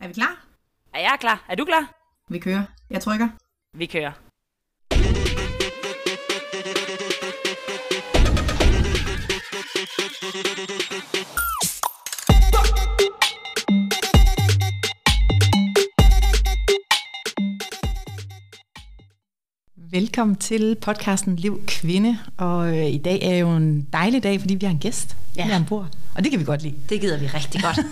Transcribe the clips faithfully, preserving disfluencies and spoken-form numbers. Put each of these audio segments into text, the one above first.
Er vi klar? Er jeg klar? Er du klar? Vi kører. Jeg trykker. Vi kører. Velkommen til podcasten Liv Kvinde, og øh, i dag er jo en dejlig dag, fordi vi har en gæst ja. Her ombord, og det kan vi godt lide. Det gider vi rigtig godt.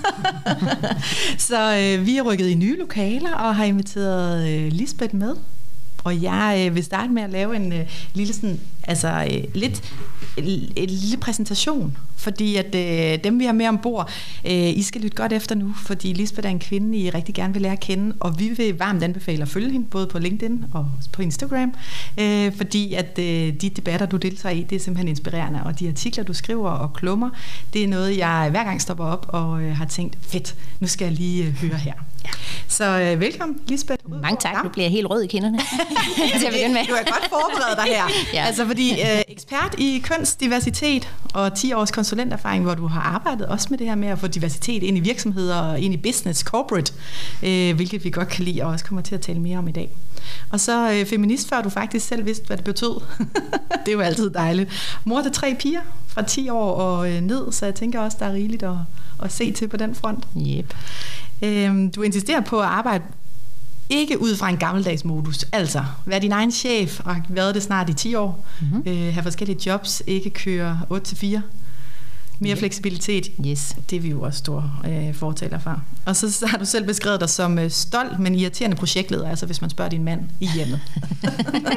Så øh, vi er rykket i nye lokaler og har inviteret øh, Lisbeth med, og jeg øh, vil starte med at lave en øh, lille sådan, altså øh, lidt en, en lille præsentation, fordi at øh, dem vi har med ombord, øh, I skal lytte godt efter nu, fordi Lisbeth er en kvinde, I rigtig gerne vil lære at kende, og vi vil varmt anbefale at følge hende, både på LinkedIn og på Instagram, øh, fordi at øh, de debatter, du deltager i, det er simpelthen inspirerende, og de artikler, du skriver og klummer, det er noget, jeg hver gang stopper op og øh, har tænkt, fedt, nu skal jeg lige øh, høre her. Ja. Så øh, velkommen, Lisbeth. Mange tak, ja. Du bliver helt rød i kinderne. Du er godt forberedt dig her. Ja. Altså fordi øh, ekspert i kønsdiversitet og ti års konsulenterfaring, hvor du har arbejdet også med det her med at få diversitet ind i virksomheder og ind i business, corporate, øh, hvilket vi godt kan lide og også kommer til at tale mere om i dag. Og så øh, feminist, før du faktisk selv vidste, hvad det betød. Det er jo altid dejligt. Mor til tre piger fra ti år og øh, ned, så jeg tænker også, der er rigeligt at, at se til på den front. Yep. Øh, du insisterer på at arbejde ikke ud fra en gammeldags modus, altså være din egen chef, og har været det snart i ti år, mm-hmm. øh, have forskellige jobs, ikke køre otte til fire, mere yeah. fleksibilitet, yes. det er vi jo også store øh, fortaler for. Og så, så har du selv beskrevet dig som øh, stolt, men irriterende projektleder, altså hvis man spørger din mand i hjemmet. yeah.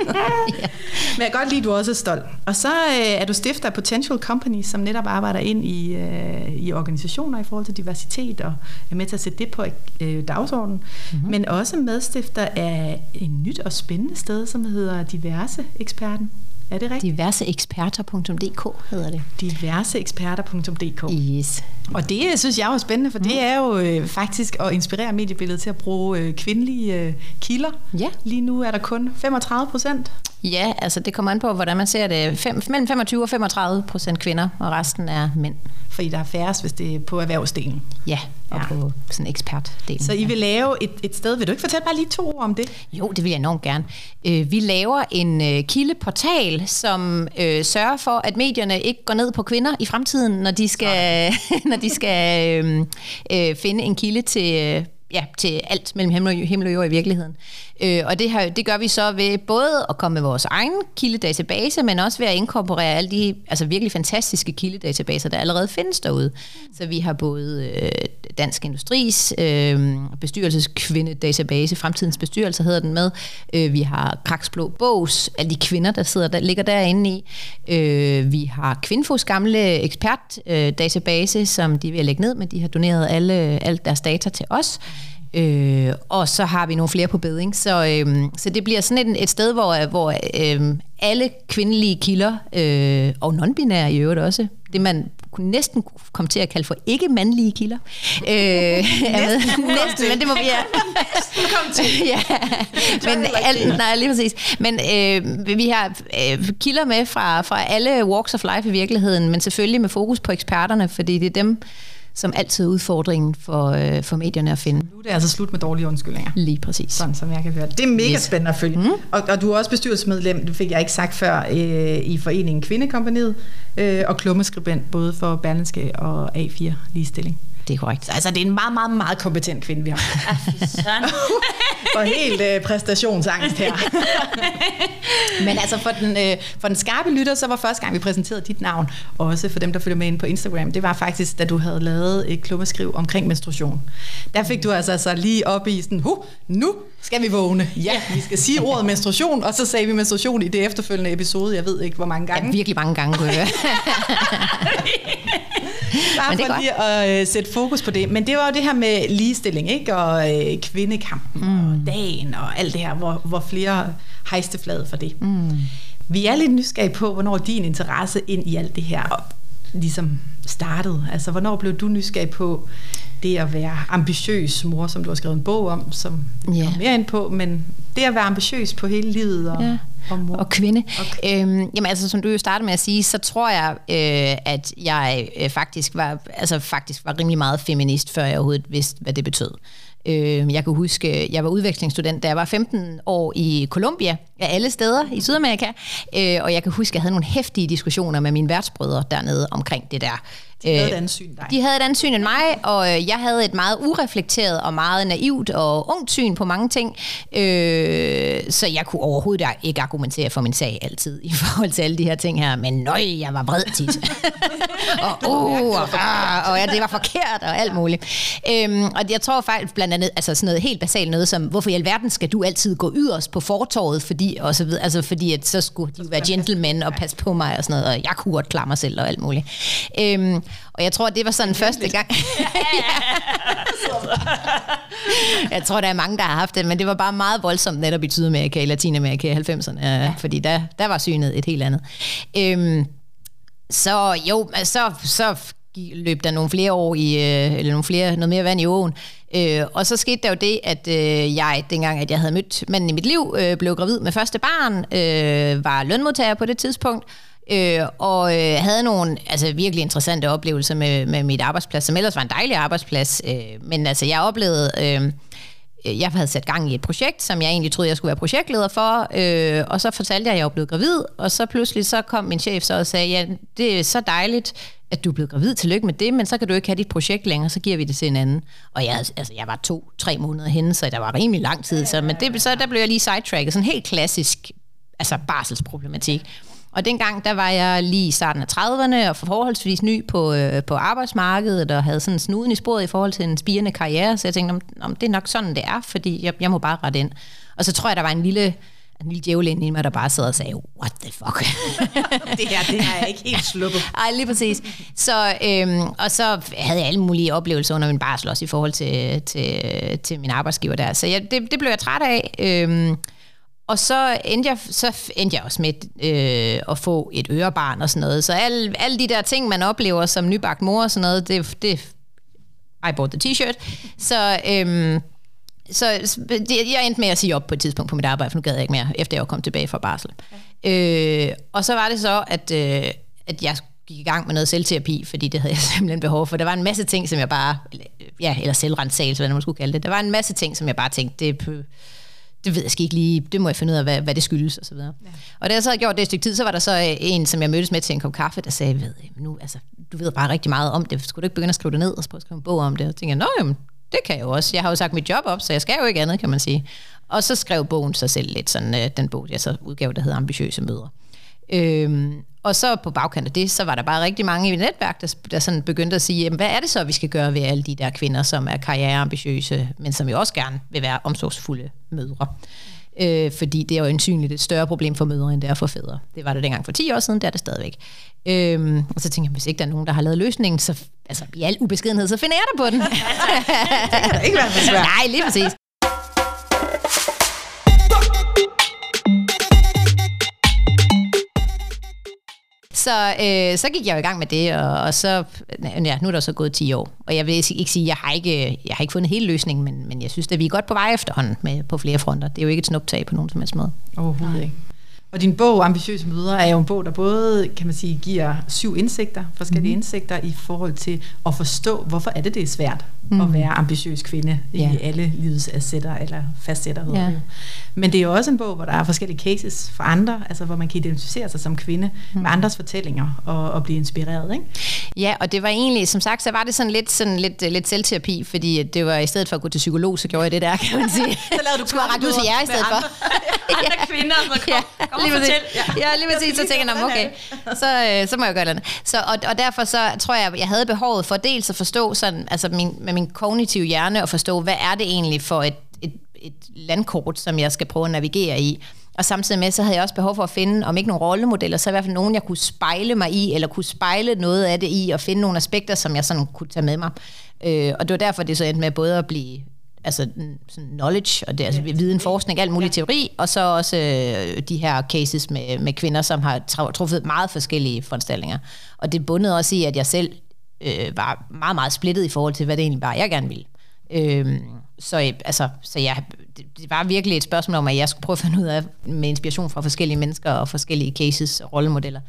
Men jeg kan godt lide, at du også er stolt. Og så øh, er du stifter af Potential Company, som netop arbejder ind i, øh, i organisationer i forhold til diversitet, og er med til at sætte det på øh, dagsordenen, mm-hmm. men også medstifter af en nyt og spændende sted, som hedder Diverse Eksperten. Er det rigtigt? diverseeksperter punktum d k hedder det. diverseeksperter punktum d k. Yes. Og det synes jeg er spændende, for mm. det er jo øh, faktisk at inspirere mediebilledet til at bruge øh, kvindelige øh, kilder. Ja. Lige nu er der kun femogtredive procent. Ja, altså det kommer an på, hvordan man ser det. Fem, mellem femogtyve og femogtredive procent kvinder, og resten er mænd. Fordi der er færrest, hvis det er på erhvervsdelen. Ja, og ja. På sådan ekspertdelen. Så I vil lave et, et sted, vil du ikke fortælle bare lige to ord om det? Jo, det vil jeg enormt gerne. Vi laver en kildeportal, som øh, sørger for, at medierne ikke går ned på kvinder i fremtiden, når de skal, når de skal øh, øh, finde en kilde til... Øh, ja, til alt mellem himmel og, himmel og jord i virkeligheden. Øh, og det, her, det gør vi så ved både at komme med vores egen kildedatabase, men også ved at inkorporere alle de altså virkelig fantastiske kildedatabaser, der allerede findes derude. Så vi har både øh, Dansk Industris øh, bestyrelseskvindedatabase, Fremtidens Bestyrelser hedder den med. Øh, vi har Kraks Blå Bogs, alle de kvinder, der sidder der, ligger derinde i. Øh, vi har Kvinfos gamle ekspertdatabase, øh, som de vil lægge ned, men de har doneret alle, alle deres data til os. Øh, og så har vi nogle flere på beding, så, øh, så det bliver sådan et, et sted, hvor, hvor øh, alle kvindelige kilder, øh, og non-binære i øvrigt også, det man kunne næsten komme til at kalde for ikke-mandlige kilder. Øh, næsten, næsten, men det må vi ja. Kom til. ja. Men al, nej, lige præcis. Men øh, vi har øh, kilder med fra, fra alle walks of life i virkeligheden, men selvfølgelig med fokus på eksperterne, fordi det er dem, som altid er udfordringen for, øh, for medierne at finde. Nu er det altså slut med dårlige undskyldninger. Lige præcis. Sådan som jeg kan høre. Det er mega yes. spændende at følge. Mm. Og, og du er også bestyrelsesmedlem, det fik jeg ikke sagt før, øh, i foreningen Kvindekompaniet, øh, og klummeskribent både for Berlingske og A fire Ligestilling. Det er korrekt. Altså, det er en meget, meget, meget kompetent kvinde, vi har. For helt øh, præstationsangst her. Men altså, for den, øh, for den skarpe lytter, så var første gang, vi præsenterede dit navn, også for dem, der følger med ind på Instagram, det var faktisk, da du havde lavet et klummeskriv omkring menstruation. Der fik du altså, altså lige op i sådan, huh, nu skal vi vågne. Ja, vi skal sige ordet menstruation, og så sagde vi menstruation i det efterfølgende episode, jeg ved ikke, hvor mange gange. Ja, virkelig mange gange, kunne jeg Bare for lige at øh, sætte fokus på det. Men det var jo det her med ligestilling, ikke? Og øh, kvindekampen mm. og dagen og alt det her, hvor, hvor flere hejste flaget for det. Mm. Vi er lidt nysgerrige på, hvornår din interesse ind i alt det her og ligesom startede. Altså, hvornår blev du nysgerrig på det at være ambitiøs mor, som du har skrevet en bog om, som vi yeah. kommer mere ind på, men det at være ambitiøs på hele livet og, yeah. og mor. Og kvinde. Okay. Øhm, jamen altså, som du jo startede med at sige, så tror jeg, øh, at jeg øh, faktisk var, altså faktisk var rimelig meget feminist, før jeg overhovedet vidste, hvad det betød. Øh, jeg kan huske, jeg var udvekslingsstudent, da jeg var femten år i Colombia, af alle steder i Sydamerika, øh, og jeg kan huske, at jeg havde nogle heftige diskussioner med mine værtsbrødre dernede omkring det der. De havde et andet syn end dig. De havde et andet syn end mig, og jeg havde et meget ureflekteret og meget naivt og ungt syn på mange ting. Øh, så jeg kunne overhovedet ikke argumentere for min sag altid i forhold til alle de her ting her. Men nøj, jeg var vred tit. og uh, og, ah, og ja, det var forkert og alt muligt. Øhm, og jeg tror faktisk blandt andet, altså sådan noget helt basalt noget som, hvorfor i alverden skal du altid gå yderst på fortorvet, fordi, og så videre, altså fordi at så skulle de være gentlemen og passe på mig og sådan noget, og jeg kunne godt klare mig selv og alt muligt. Øhm, Og jeg tror, det var sådan første gang. Jeg tror, der er mange, der har haft det, men det var bare meget voldsomt netop i Sydamerika, i Latinamerika i halvfemserne, ja. Fordi der, der var synet et helt andet. Øhm, så jo, så, så løb der nogle flere år i, eller nogle flere, noget mere vand i åen. Øh, og så skete der jo det, at øh, jeg, dengang at jeg havde mødt manden i mit liv, øh, blev gravid med første barn, øh, var lønmodtager på det tidspunkt, Øh, og øh, havde nogle altså, virkelig interessante oplevelser med, med mit arbejdsplads, som ellers var en dejlig arbejdsplads. Øh, men altså, jeg oplevede, øh, jeg havde sat gang i et projekt, som jeg egentlig troede, jeg skulle være projektleder for, øh, og så fortalte jeg, at jeg var blevet gravid, og så pludselig så kom min chef så og sagde, ja, det er så dejligt, at du er blevet gravid, tillykke med det, men så kan du ikke have dit projekt længere, så giver vi det til en anden. Og jeg, altså, jeg var to, tre måneder henne, så der var rimelig lang tid, så, men det, så der blev jeg lige sidetracket, sådan helt klassisk altså barselsproblematik. Og dengang, der var jeg lige i starten af trediverne og forholdsvis ny på, øh, på arbejdsmarkedet og havde sådan snuden i sporet i forhold til en spirende karriere, så jeg tænkte, om, om det er nok sådan, det er, fordi jeg, jeg må bare rette ind. Og så tror jeg, der var en lille, en lille djævel inde i mig, der bare sad og sagde, what the fuck? det her, det har jeg ikke helt sluppet. Ej, lige præcis. Så, øhm, og så havde jeg alle mulige oplevelser under min barsel også i forhold til, til, til min arbejdsgiver der. Så jeg, det, det blev jeg træt af. Øhm, Og så endte jeg, så endte jeg også med øh, at få et ørebarn og sådan noget. Så alle, alle de der ting, man oplever som nybagt mor og sådan noget, det, det I bought the t-shirt. Så, øhm, så det, jeg endte med at sige op på et tidspunkt på mit arbejde, for nu gad jeg ikke mere, efter jeg var kommet tilbage fra barsel. Okay. Øh, og så var det så, at, øh, at jeg gik i gang med noget selvterapi, fordi det havde jeg simpelthen behov for. Der var en masse ting, som jeg bare, ja, eller selvrensagelse, hvad man skulle kalde det. Der var en masse ting, som jeg bare tænkte, det det ved jeg ikke lige, det må jeg finde ud af, hvad, hvad det skyldes, og så videre. Ja. Og da jeg så havde gjort det et stykke tid, så var der så en, som jeg mødtes med til en kop kaffe, der sagde, ved, nu, altså, du ved bare rigtig meget om det, skulle du ikke begynde at skrive det ned, og skrive en bog om det? Og så tænkte jeg, nå jamen, det kan jeg jo også. Jeg har jo sagt mit job op, så jeg skal jo ikke andet, kan man sige. Og så skrev bogen sig selv lidt, sådan den bog, jeg så udgav, der hedder Ambitiøse mødre. Øhm, og så på bagkant af det, så var der bare rigtig mange i netværk, der, der sådan begyndte at sige, jamen, hvad er det så, vi skal gøre ved alle de der kvinder, som er karriereambitiøse, men som jo også gerne vil være omsorgsfulde mødre. Øh, fordi det er jo ensynligt et større problem for mødre, end det er for fædre. Det var det dengang for ti år siden, det er det stadigvæk. Øhm, og så tænker jeg, hvis ikke der er nogen, der har lavet løsningen, så altså, i al ubeskedenhed, så finder jeg det på den. Det kan ikke være for svært. Nej, lige præcis. Så, øh, så gik jeg jo i gang med det, og, og så, ja, nu er der så gået ti år. Og jeg vil ikke sige, jeg har ikke, jeg har ikke fundet hele løsningen, men, men jeg synes, at vi er godt på vej efterhånden med, på flere fronter. Det er jo ikke et snuptag på nogen som helst måde. Overhovedet ikke. Og din bog, Ambitiøse mødre, er jo en bog, der både, kan man sige, giver syv indsigter, forskellige mm. indsigter i forhold til at forstå, hvorfor er det, det er svært mm. at være ambitiøs kvinde ja. i alle livets assætter eller fastsætter. Ja. Men det er jo også en bog, hvor der er forskellige cases for andre, altså hvor man kan identificere sig som kvinde mm. med andres fortællinger og, og blive inspireret, ikke? Ja, og det var egentlig, som sagt, så var det sådan lidt, sådan lidt, lidt selvterapi, fordi det var i stedet for at gå til psykolog, så gjorde jeg det der, kan man sige. Så lavede du skulle have ret ud til jer i stedet for. Andre kvinder, så kom, ja. kom og fortæl. Ja, ja lige præcis, så tænker jeg, okay, så, så må jeg gøre det. Så, og, og derfor så tror jeg, jeg havde behovet for dels at forstå sådan, altså min, med min kognitive hjerne, og forstå, hvad er det egentlig for et, et, et landkort, som jeg skal prøve at navigere i. Og samtidig med, så havde jeg også behov for at finde, om ikke nogle rollemodeller, så i hvert fald nogen, jeg kunne spejle mig i, eller kunne spejle noget af det i, og finde nogle aspekter, som jeg sådan kunne tage med mig. Øh, og det var derfor, det så endte med både at blive altså sådan knowledge, og det, altså viden, forskning, alt mulig teori, og så også øh, de her cases med, med kvinder, som har truffet meget forskellige foranstaltninger. Og det bundede også i, at jeg selv øh, var meget, meget splittet i forhold til, hvad det egentlig var, jeg gerne ville. Øh, så altså, så jeg, det, det var virkelig et spørgsmål om, at jeg skulle prøve at finde ud af, med inspiration fra forskellige mennesker og forskellige cases og rollemodeller,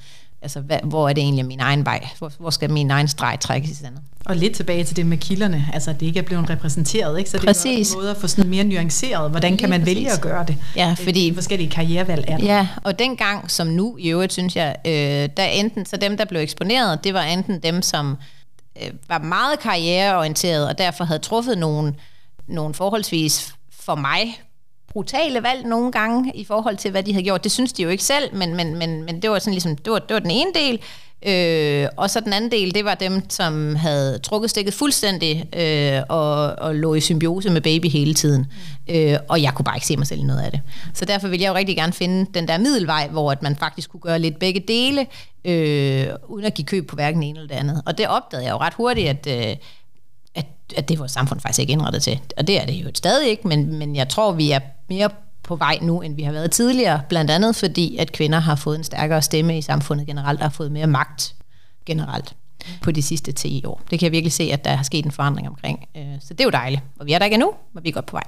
altså, hvad, hvor er det egentlig min egen vej? Hvor, hvor skal min egen streg trækkes i sandet? Og lidt tilbage til det med kilderne, altså at det ikke er blevet repræsenteret, ikke? Så det Præcis. er også en måde at få sådan mere nuanceret, hvordan kan man Lige vælge præcis. at gøre det? Ja, fordi de forskellige karrierevalg er der. Ja, og dengang som nu i øvrigt, synes jeg, øh, der enten, så dem, der blev eksponeret, det var enten dem, som øh, var meget karriereorienteret, og derfor havde truffet nogle, nogle forholdsvis for mig brutale valg nogle gange i forhold til, hvad de havde gjort. Det synes de jo ikke selv, men, men, men, men det var sådan ligesom, det var, det var den ene del. Øh, og så den anden del, det var dem, som havde trukket stikket fuldstændig øh, og, og lå i symbiose med baby hele tiden. Mm. Øh, og jeg kunne bare ikke se mig selv i noget af det. Så derfor ville jeg jo rigtig gerne finde den der middelvej, hvor at man faktisk kunne gøre lidt begge dele, øh, uden at give køb på hverken ene eller det andet. Og det opdagede jeg jo ret hurtigt, at, øh, at, at det var samfundet faktisk ikke indrettet til. Og det er det jo stadig ikke, men, men jeg tror, vi er mere på vej nu, end vi har været tidligere, blandt andet fordi, at kvinder har fået en stærkere stemme i samfundet generelt, og har fået mere magt generelt på de sidste ti år. Det kan jeg virkelig se, at der har sket en forandring omkring. Så det er jo dejligt. Og vi er der ikke endnu, men vi er godt på vej.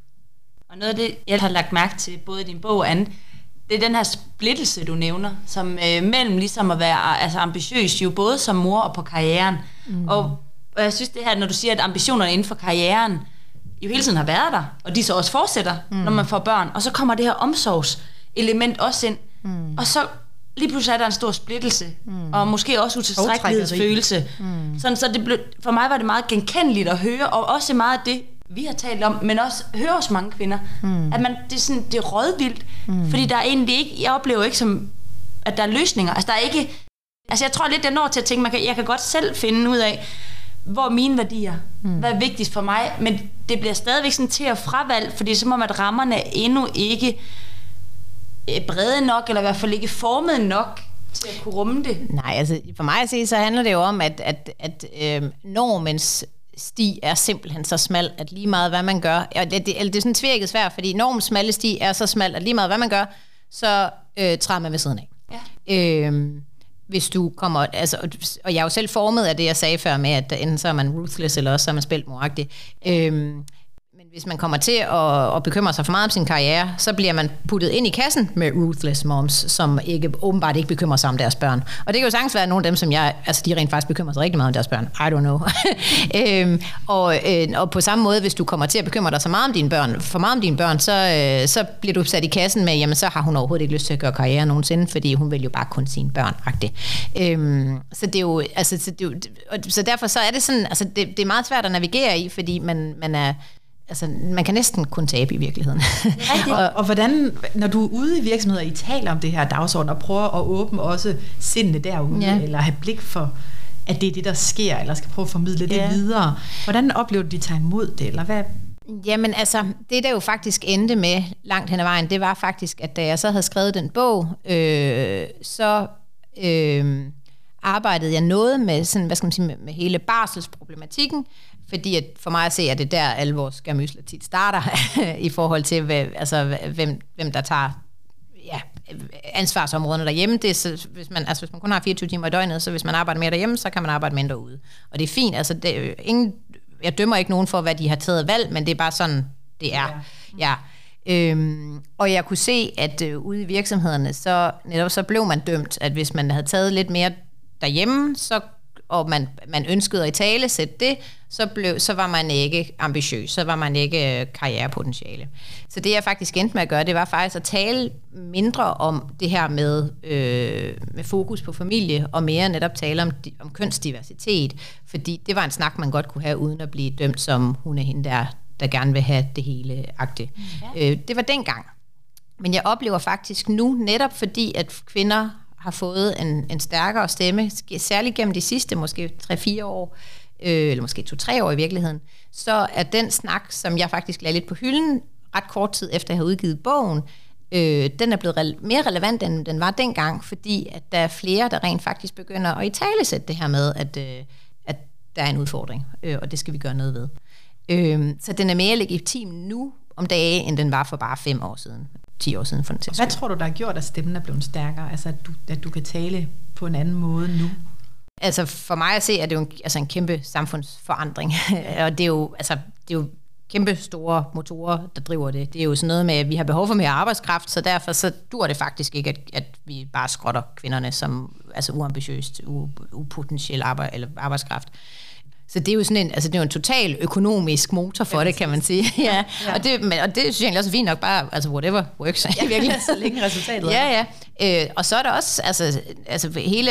Og noget af det, jeg har lagt mærke til, både i din bog og andet, det er den her splittelse, du nævner, som øh, mellem ligesom at være altså ambitiøs, jo både som mor og på karrieren. Mm. Og, og jeg synes det her, når du siger, at ambitionerne inden for karrieren jo hele tiden har været der, og de så også fortsætter, mm. når man får børn. Og så kommer det her omsorgselement også ind. Mm. Og så lige pludselig er der en stor splittelse, mm. og måske også utilstrækkelighedsfølelse. Mm. Sådan, så det blev, for mig var det meget genkendeligt at høre, og også meget det, vi har talt om, men også høre hos mange kvinder, mm. at man, det er sådan, det er rådvildt, mm. fordi der er egentlig ikke, jeg oplever ikke som, at der er løsninger. Altså der er ikke, altså jeg tror lidt, jeg når til at tænke, man kan, jeg kan godt selv finde ud af, hvor er mine værdier, mm. hvad er vigtigst for mig, men det bliver stadigvæk sådan til at fravalg, fordi som om, at rammerne endnu ikke er brede nok, eller i hvert fald ikke formet nok til at kunne rumme det. Nej, altså for mig at se, så handler det jo om, at, at, at øh, normens sti er simpelthen så smal, at lige meget hvad man gør, og det, det, det er sådan tvirket svært, fordi normens smalle sti er så smal, at lige meget hvad man gør, så øh, træder man ved siden af. Ja. Øh, hvis du kommer, altså, og jeg er jo selv formet af det, jeg sagde før med, at enten så er man ruthless, eller også så er man spæltmoragtig. Øhm, men hvis man kommer til at, at bekymre sig for meget om sin karriere, så bliver man puttet ind i kassen med ruthless moms, som ikke, åbenbart ikke bekymrer sig om deres børn. Og det kan jo sagtens være nogle af dem, som jeg, altså de rent faktisk bekymrer sig rigtig meget om deres børn. I don't know. øhm, og, øh, og på samme måde, hvis du kommer til at bekymre dig så meget om dine børn, for meget om dine børn, så, øh, så bliver du sat i kassen med, jamen så har hun overhovedet ikke lyst til at gøre karriere nogensinde, fordi hun vil jo bare kun sine børn. Øhm, så det er jo, altså, så, det er jo, så derfor så er det sådan, altså det, det er meget svært at navigere i, fordi man, man er altså, man kan næsten kun tabe i virkeligheden. og, og hvordan, når du er ude i virksomheder, I taler om det her dagsorden, og prøver at åbne også sindene derude, ja. Eller have blik for, at det er det, der sker, eller skal prøve at formidle det ja. videre. Hvordan oplever du, de tager imod det, eller hvad? Jamen altså, det der jo faktisk endte med langt hen ad vejen, det var faktisk, at da jeg så havde skrevet den bog, øh, så øh, arbejdede jeg noget med, sådan, hvad skal man sige, med, med hele barselsproblematikken, fordi at for mig at se, at det der alle vores skærmysler tit starter i forhold til, hvad, altså, hvem, hvem der tager ja, ansvarsområderne derhjemme. Det er, så, hvis, man, altså, hvis man kun har fireogtyve timer i døgnet, så hvis man arbejder mere derhjemme, så kan man arbejde mindre ude. Og det er fint. Altså, det, ingen, jeg dømmer ikke nogen for, hvad de har taget valg, men det er bare sådan, det er. Ja. Ja. Øhm, og jeg kunne se, at øh, ude i virksomhederne, så, netop, så blev man dømt, at hvis man havde taget lidt mere derhjemme, så og man, man ønskede at italesætte det, så, blev, så var man ikke ambitiøs, så var man ikke øh, karrierepotentiale. Så det jeg faktisk endte med at gøre, det var faktisk at tale mindre om det her med, øh, med fokus på familie, og mere netop tale om, om kønsdiversitet, fordi det var en snak, man godt kunne have, uden at blive dømt som hun er hende der, der gerne vil have det hele agtigt. Ja. Øh, det var dengang. Men jeg oplever faktisk nu, netop fordi at kvinder har fået en, en stærkere stemme, særligt gennem de sidste måske tre-fire år, øh, eller måske to-tre år i virkeligheden, så er den snak, som jeg faktisk lagde lidt på hylden ret kort tid efter jeg havde udgivet bogen, øh, den er blevet re- mere relevant, end den var dengang, fordi at der er flere, der rent faktisk begynder at italesætte det her med, at, øh, at der er en udfordring, øh, og det skal vi gøre noget ved. Øh, så den er mere legitim nu om dage, end den var for bare fem år siden. ti år siden for den tilskud. Hvad tror du, der har gjort, at stemmen er blevet stærkere? Altså, at du, at du kan tale på en anden måde nu? Altså, for mig at se, er det jo en, altså en kæmpe samfundsforandring. Og det er jo, altså, det er jo kæmpe store motorer, der driver det. Det er jo sådan noget med, at vi har behov for mere arbejdskraft, så derfor så dur det faktisk ikke, at, at vi bare skrotter kvinderne som altså uambitiøst, upotentiel arbejde, eller arbejdskraft. Så det er jo sådan en, altså det er jo en total økonomisk motor for det, kan man sige. Ja, ja. Og, det, og det synes jeg egentlig også er fint nok, bare altså whatever works. Ja, virkelig, så længe resultatet ja, ja. Øh, og så er der også, altså, altså hele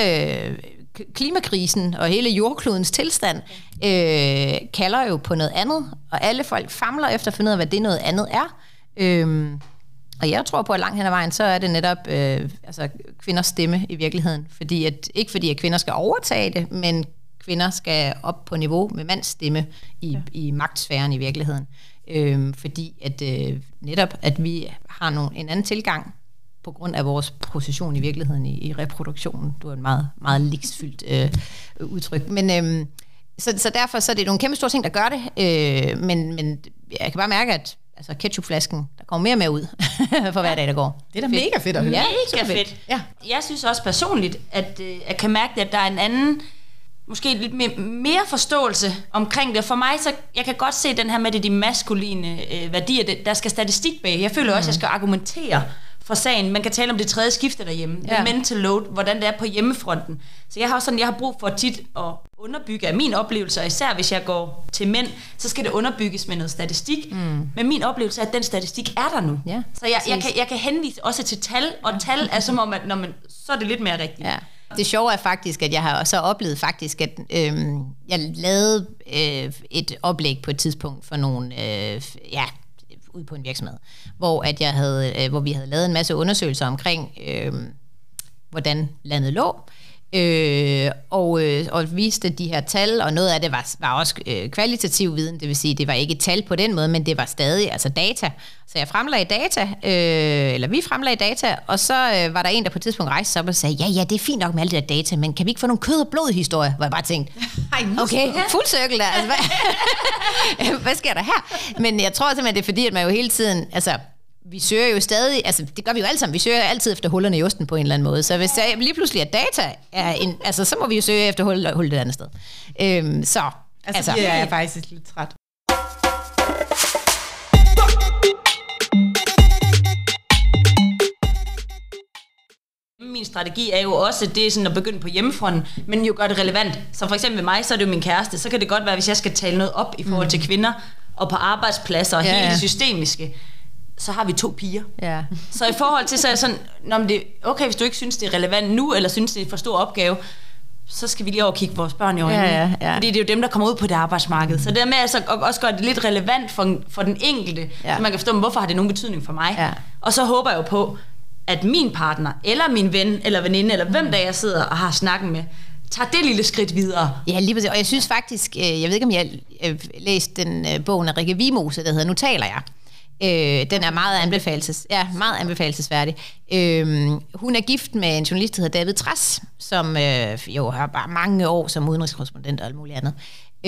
klimakrisen og hele jordklodens tilstand øh, kalder jo på noget andet, og alle folk famler efter at finde ud af, hvad det noget andet er. Øh, og jeg tror på, at langt hen ad vejen, så er det netop øh, altså, kvinders stemme i virkeligheden. Fordi at, ikke fordi, at kvinder skal overtage det, men kvinder skal op på niveau med mands stemme i, ja. i magtsfæren i virkeligheden. Øh, fordi at øh, netop, at vi har nogle, en anden tilgang på grund af vores position i virkeligheden i, i reproduktionen. Du er et meget, meget liksfyldt øh, udtryk. Men, øh, så, så derfor så er det nogle kæmpe store ting, der gør det. Øh, men, men jeg kan bare mærke, at altså ketchupflasken, der kommer mere og mere ud for hver dag, der går. Det er da fedt. Mega fedt at høre. Ja, mega fedt. fedt. Ja. Jeg synes også personligt, at øh, jeg kan mærke, at der er en anden, måske lidt mere, mere forståelse omkring det. For mig, så jeg kan godt se den her med det, de maskuline øh, værdier, det, der skal statistik bag. Jeg føler mm. også, at jeg skal argumentere for sagen. Man kan tale om det tredje skifte derhjemme. Ja. Det mental load, hvordan det er på hjemmefronten. Så jeg har også sådan, jeg har brug for tit at underbygge af mine oplevelser, især hvis jeg går til mænd, så skal det underbygges med noget statistik. Mm. Men min oplevelse er, at den statistik er der nu. Ja, så jeg, jeg, kan, jeg kan henvise også til tal, og tal er som om, at når man, så er det lidt mere rigtigt. Ja. Det sjove er faktisk, at jeg har så oplevet faktisk, at øh, jeg lavede øh, et oplæg på et tidspunkt for nogle, øh, ja, ud på en virksomhed, hvor at jeg havde, øh, hvor vi havde lavet en masse undersøgelser omkring, øh, hvordan landet lå, øh, og, øh, og viste de her tal, og noget af det var, var også øh, kvalitativ viden, det vil sige, det var ikke tal på den måde, men det var stadig altså data. Så jeg fremlagde data, øh, eller vi fremlagde data, og så øh, var der en, der på et tidspunkt rejste sig op og sagde, ja, ja, det er fint nok med alt det der data, men kan vi ikke få nogle kød- og blod-historier? Hvor jeg bare tænkte, okay, fuld cirkel der, altså, hvad, hvad sker der her? Men jeg tror simpelthen, det er fordi, at man jo hele tiden, altså, vi søger jo stadig, altså det gør vi jo alle sammen, vi søger altid efter hullerne i osten på en eller anden måde, så hvis jeg lige pludselig er data, er en, altså, så må vi jo søge efter hullet hul et andet sted. Øhm, så, altså, altså jeg er faktisk lidt træt. Min strategi er jo også, det er sådan at begynde på hjemmefronten, men jo gøre det relevant. Så for eksempel med mig, så er det jo min kæreste, så kan det godt være, hvis jeg skal tale noget op i forhold til kvinder, og på arbejdspladser og ja, hele det systemiske, så har vi to piger. Ja. Så i forhold til, så er det sådan, når det, okay, hvis du ikke synes, det er relevant nu, eller synes, det er en for stor opgave, så skal vi lige over og kigge vores børn i øjnene. Ja, ja, ja. Fordi det er jo dem, der kommer ud på det arbejdsmarked. Så det er med altså at også gøre det lidt relevant for, for den enkelte, ja. Så man kan forstå, hvorfor har det nogen betydning for mig. Ja. Og så håber jeg jo på, at min partner, eller min ven, eller veninde, eller hvem der jeg sidder og har snakken med, tager det lille skridt videre. Ja, lige præcis. Og jeg synes faktisk, jeg ved ikke, om jeg har læst den bogen af Rikke Vimose, der hedder Nu taler jeg. Øh, den er meget anbefalelses, ja, meget anbefalelsesværdig. Øh, hun er gift med en journalist, der hedder David Trads, som øh, jo har bare mange år som udenrigskorrespondent og alt muligt andet.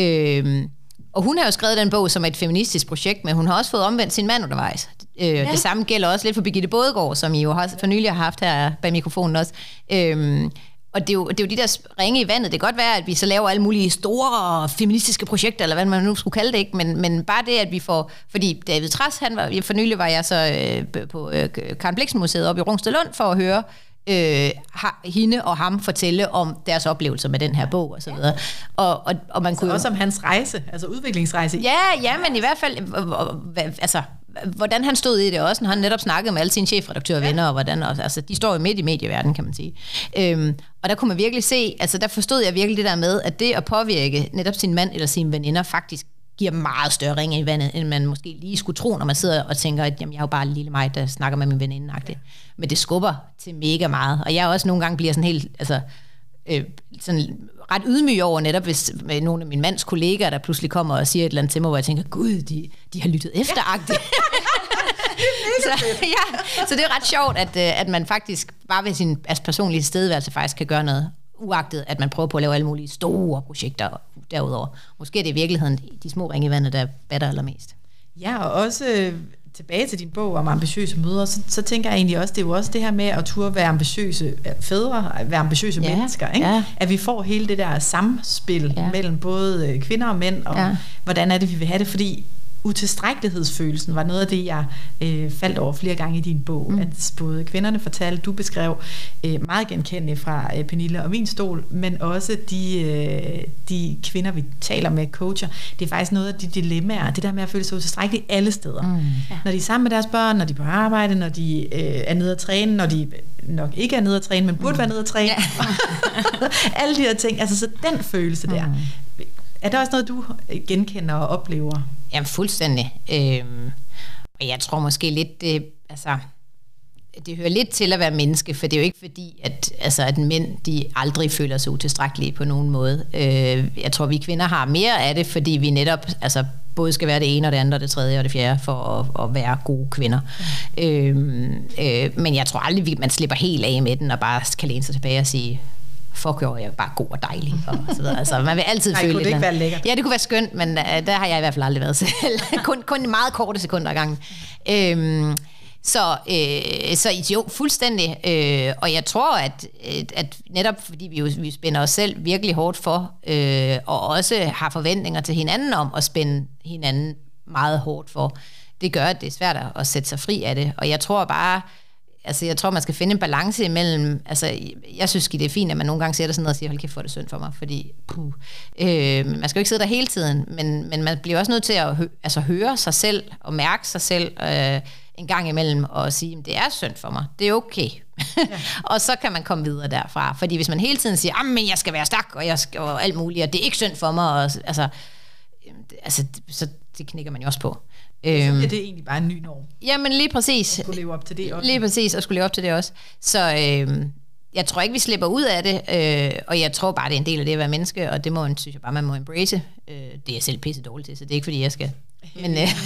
Øh, og hun har jo skrevet den bog som et feministisk projekt, men hun har også fået omvendt sin mand undervejs. Øh, ja. Det samme gælder også lidt for Birgitte Bådegaard, som I jo har, for nylig har haft her bag mikrofonen også. Øh, Og det er, jo, det er jo de der ringe i vandet. Det kan godt være, at vi så laver alle mulige store feministiske projekter, eller hvad man nu skulle kalde det, ikke? Men, men bare det, at vi får... Fordi David Trads, han var, for nylig var jeg så øh, på øh, Karen Blixen Museet oppe i Rungstedlund for at høre øh, hende og ham fortælle om deres oplevelser med den her bog og så videre. Og, og, og man kunne også om hans rejse, altså udviklingsrejse. Ja, ja, men i hvert fald... Altså, hvordan han stod i det også, når han netop snakkede med alle sine chefredaktørvenner, ja. Og hvordan, altså, de står jo midt i medieverdenen, kan man sige. Øhm, og der kunne man virkelig se, altså der forstod jeg virkelig det der med, at det at påvirke netop sin mand eller sine veninder faktisk giver meget større ringe i vandet, end man måske lige skulle tro, når man sidder og tænker, at jamen, jeg er jo bare en lille mig, der snakker med min veninde. Ja. Men det skubber til mega meget. Og jeg også nogle gange bliver sådan helt, altså, øh, sådan ret ydmyg over netop, hvis med nogle af min mands kollegaer, der pludselig kommer og siger et eller andet til mig, hvor jeg tænker, gud, de, de har lyttet efteragtigt. så, ja, så det er ret sjovt, at, at man faktisk bare ved sin altså, personlige stedværelse faktisk kan gøre noget, uagtet at man prøver på at lave alle mulige store projekter derudover. Måske er det i virkeligheden de små ringe i vandet, der batter allermest. Ja, og også øh, tilbage til din bog om ambitiøse mødre, så, så tænker jeg egentlig også, det er jo også det her med at turde være ambitiøse fædre, være ambitiøse ja, mennesker, ikke? Ja. At vi får hele det der samspil ja. Mellem både kvinder og mænd, og ja. Hvordan er det, vi vil have det, fordi utilstrækkelighedsfølelsen var noget af det, jeg øh, faldt over flere gange i din bog. Mm. At både kvinderne fortalte, du beskrev øh, meget genkendeligt fra øh, Pernille og min stol, men også de, øh, de kvinder, vi taler med, coacher. Det er faktisk noget af de dilemmaer, det der med at føle sig utilstrækkelig alle steder. Mm. Ja. Når de er sammen med deres børn, når de er på arbejde, når de øh, er nede at træne, når de nok ikke er nede at træne, men burde mm. være nede at træne. Ja. Alle de her ting. Altså så den følelse der. Mm. Er der også noget, du genkender og oplever? Jamen fuldstændig. Øhm, og jeg tror måske lidt, det, altså, det hører lidt til at være menneske, for det er jo ikke fordi, at, altså, at mænd de aldrig føler sig utilstrækkelige på nogen måde. Øh, jeg tror, vi kvinder har mere af det, fordi vi netop altså, både skal være det ene og det andet og det tredje og det fjerde for at, at være gode kvinder. Mm. Øhm, øh, men jeg tror aldrig, man slipper helt af med den og bare kan læne sig tilbage og sige, fuck jo, jeg er bare god og dejlig og så videre. Altså, man vil altid Nej, føle kunne det ikke være lækkert? Ja, det kunne være skønt, men uh, der har jeg i hvert fald aldrig været selv. kun, kun meget korte sekunder ad gangen. Øhm, så, øh, så jo, fuldstændig. Øh, og jeg tror, at, at netop fordi vi jo vi spænder os selv virkelig hårdt for, øh, og også har forventninger til hinanden om at spænde hinanden meget hårdt for, det gør, at det er svært at sætte sig fri af det. Og jeg tror bare, altså jeg tror, man skal finde en balance imellem, altså jeg synes det er fint, at man nogle gange sætter sådan noget og siger, hold kæft, hvor er det synd for mig, fordi puh, øh, man skal jo ikke sidde der hele tiden, men, men man bliver også nødt til at hø, altså, høre sig selv og mærke sig selv øh, en gang imellem og sige, det er synd for mig, det er okay. Ja. Og så kan man komme videre derfra, fordi hvis man hele tiden siger, men jeg skal være stærk, og jeg skal og alt muligt, og det er ikke synd for mig, og, altså, altså, så det knækker man jo også på. Så er det egentlig bare en ny norm. Jamen lige præcis. At skulle leve op til det også. Lige præcis, og skulle leve op til det også. Så øh, jeg tror ikke, vi slipper ud af det, øh, og jeg tror bare, det er en del af det at være menneske, og det må, synes jeg bare, man må embrace. Øh, det er jeg selv pisse dårligt til, så det er ikke, fordi jeg skal. Men, øh,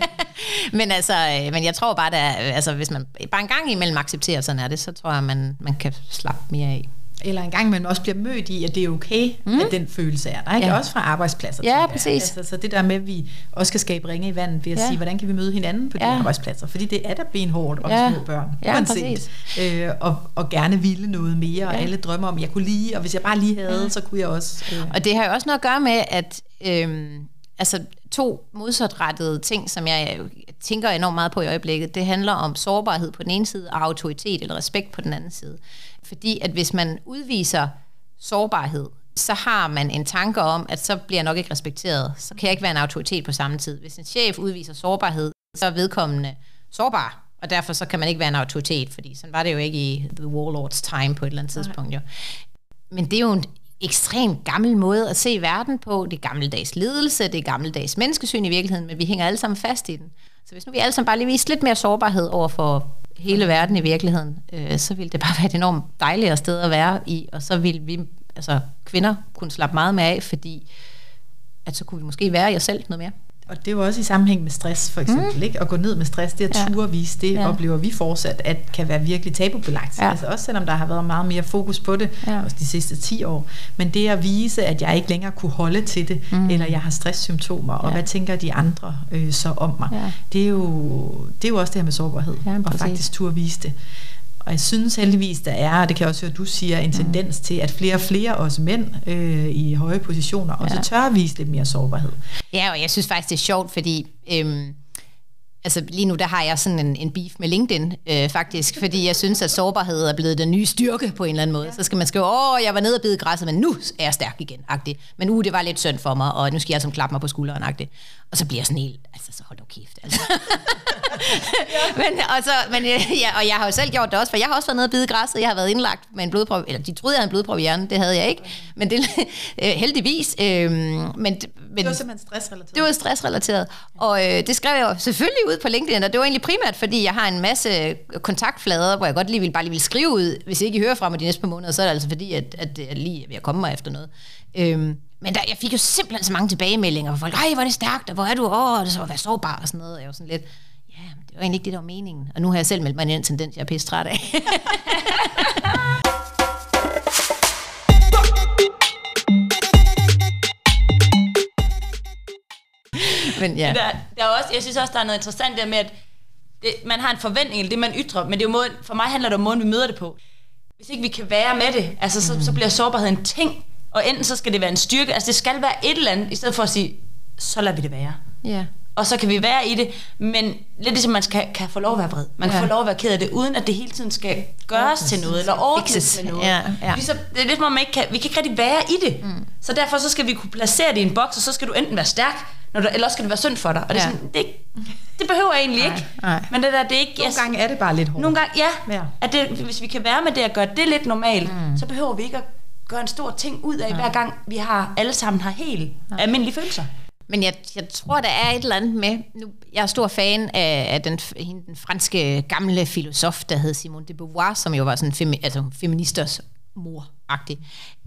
men altså, øh, men jeg tror bare, at altså, hvis man bare en gang imellem accepterer, sådan er det, så tror jeg, man, man kan slappe mere af. Eller en gang man også bliver mødt i, at det er okay, mm. at den følelse er der. Ikke? Ja. Også fra arbejdspladser. Ja, præcis. Altså, så det der med, at vi også skal skabe ringe i vandet ved at ja. sige, hvordan kan vi møde hinanden på de ja. arbejdspladser? Fordi det er da benhårdt og ja. små børn. Ja, præcis. Øh, og, og gerne ville noget mere, ja. og alle drømmer om, jeg kunne lige, og hvis jeg bare lige havde, ja. så kunne jeg også. Øh. Og det har jo også noget at gøre med, at øh, altså, to modsatrettede ting, som jeg tænker enormt meget på i øjeblikket, det handler om sårbarhed på den ene side, og autoritet eller respekt på den anden side. Fordi at hvis man udviser sårbarhed, så har man en tanke om, at så bliver jeg nok ikke respekteret. Så kan jeg ikke være en autoritet på samme tid. Hvis en chef udviser sårbarhed, så er vedkommende sårbar, og derfor så kan man ikke være en autoritet, fordi sådan var det jo ikke i The Warlords time på et eller andet tidspunkt. Jo. Men det er jo en ekstremt gammel måde at se verden på. Det er gammeldags ledelse, det er gammeldags menneskesyn i virkeligheden, men vi hænger alle sammen fast i den. Så hvis nu vi alle sammen bare lige viser lidt mere sårbarhed over for hele verden i virkeligheden, øh, så ville det bare være et enormt dejligere sted at være i, og så ville vi, altså kvinder, kunne slappe meget mere af, fordi at så kunne vi måske være i os selv noget mere. Og det er jo også i sammenhæng med stress, for eksempel, mm. ikke? At gå ned med stress, det at ja. ture vise, det ja. oplever vi fortsat, at kan være virkelig tabubelagt. Ja. Altså også selvom der har været meget mere fokus på det, ja. også de sidste ti år. Men det at vise, at jeg ikke længere kunne holde til det, mm. eller jeg har stresssymptomer, og ja. hvad tænker de andre øh, så om mig, ja. det, er jo, det er jo også det her med sårbarhed, ja, og faktisk turde vise det. Og jeg synes heldigvis, der er, og det kan jeg også høre, du siger, en tendens mm. til, at flere og flere, også mænd øh, i høje positioner, også ja. tør at vise lidt mere sårbarhed. Ja, og jeg synes faktisk, det er sjovt, fordi øhm, altså lige nu, der har jeg sådan en, en beef med LinkedIn, øh, faktisk, fordi jeg synes, at sårbarhed er blevet den nye styrke på en eller anden måde. Ja. Så skal man skrive, åh, jeg var nede og bide græsset, men nu er jeg stærk igen, agtigt. Men uh, det var lidt synd for mig, og nu skal jeg som klappe mig på skulderen, agtigt. Og så bliver jeg sådan helt, altså så hold da kæft, altså. men, og, så, men, ja, og jeg har jo selv gjort det også, for jeg har også været nede og bide græsset, jeg har været indlagt med en blodprøve, eller de troede, jeg havde en blodprøve i hjernen, det havde jeg ikke, men det heldigvis. Øh, men, men, det var simpelthen stressrelateret. Det var stressrelateret, og øh, det skrev jeg jo selvfølgelig ud på LinkedIn, og det var egentlig primært, fordi jeg har en masse kontaktflader, hvor jeg godt lige vil, bare lige vil skrive ud, hvis I ikke hører fra mig de næste par måneder, så er det altså fordi, at, at jeg lige er ved at komme mig efter noget. Øhm, men der, jeg fik jo simpelthen så mange tilbagemeldinger, hvor folk, ej, hvor er det stærkt, og hvor er du, åh, det så var være sårbar og sådan noget, og jeg var sådan lidt, ja, men det var egentlig ikke det, der var meningen. Og nu har jeg selv meldt mig ind i en tendens, jeg er pisse træt af. Men ja. Der, der er også, jeg synes også, der er noget interessant der med, at det, man har en forventning, eller det man ytrer, men det er jo måden, for mig handler det om måden, vi møder det på. Hvis ikke vi kan være med det, altså, så, mm. så bliver sårbarhed en ting, og enten så skal det være en styrke, altså det skal være et eller andet, i stedet for at sige, så lader vi det være. Ja. og så kan vi være i det, men lidt ligesom man skal, kan få lov at være vred. Man kan ja. få lov at være ked af det, uden at det hele tiden skal gøres til noget, eller ordnes til noget. Ja, ja. Så det er lidt, hvor man ikke kan, vi kan ikke rigtig være i det. Mm. Så derfor så skal vi kunne placere det i en boks, og så skal du enten være stærk, når du, eller skal det være synd for dig. Og det, er sådan, det, det behøver jeg egentlig nej, ikke. Nej. Men det der, det er ikke... Nogle gange er det bare lidt hårdt. Nogle gange, ja. ja. At det, hvis vi kan være med det og gøre det lidt normalt, mm. så behøver vi ikke at gøre en stor ting ud af, ja. hver gang vi har alle sammen har helt ja. almindelige følelser. Men jeg, jeg tror, der er et eller andet med... Nu, jeg er stor fan af, af den, den franske gamle filosof, der hed Simone de Beauvoir, som jo var sådan femi, altså feministers mor-agtig.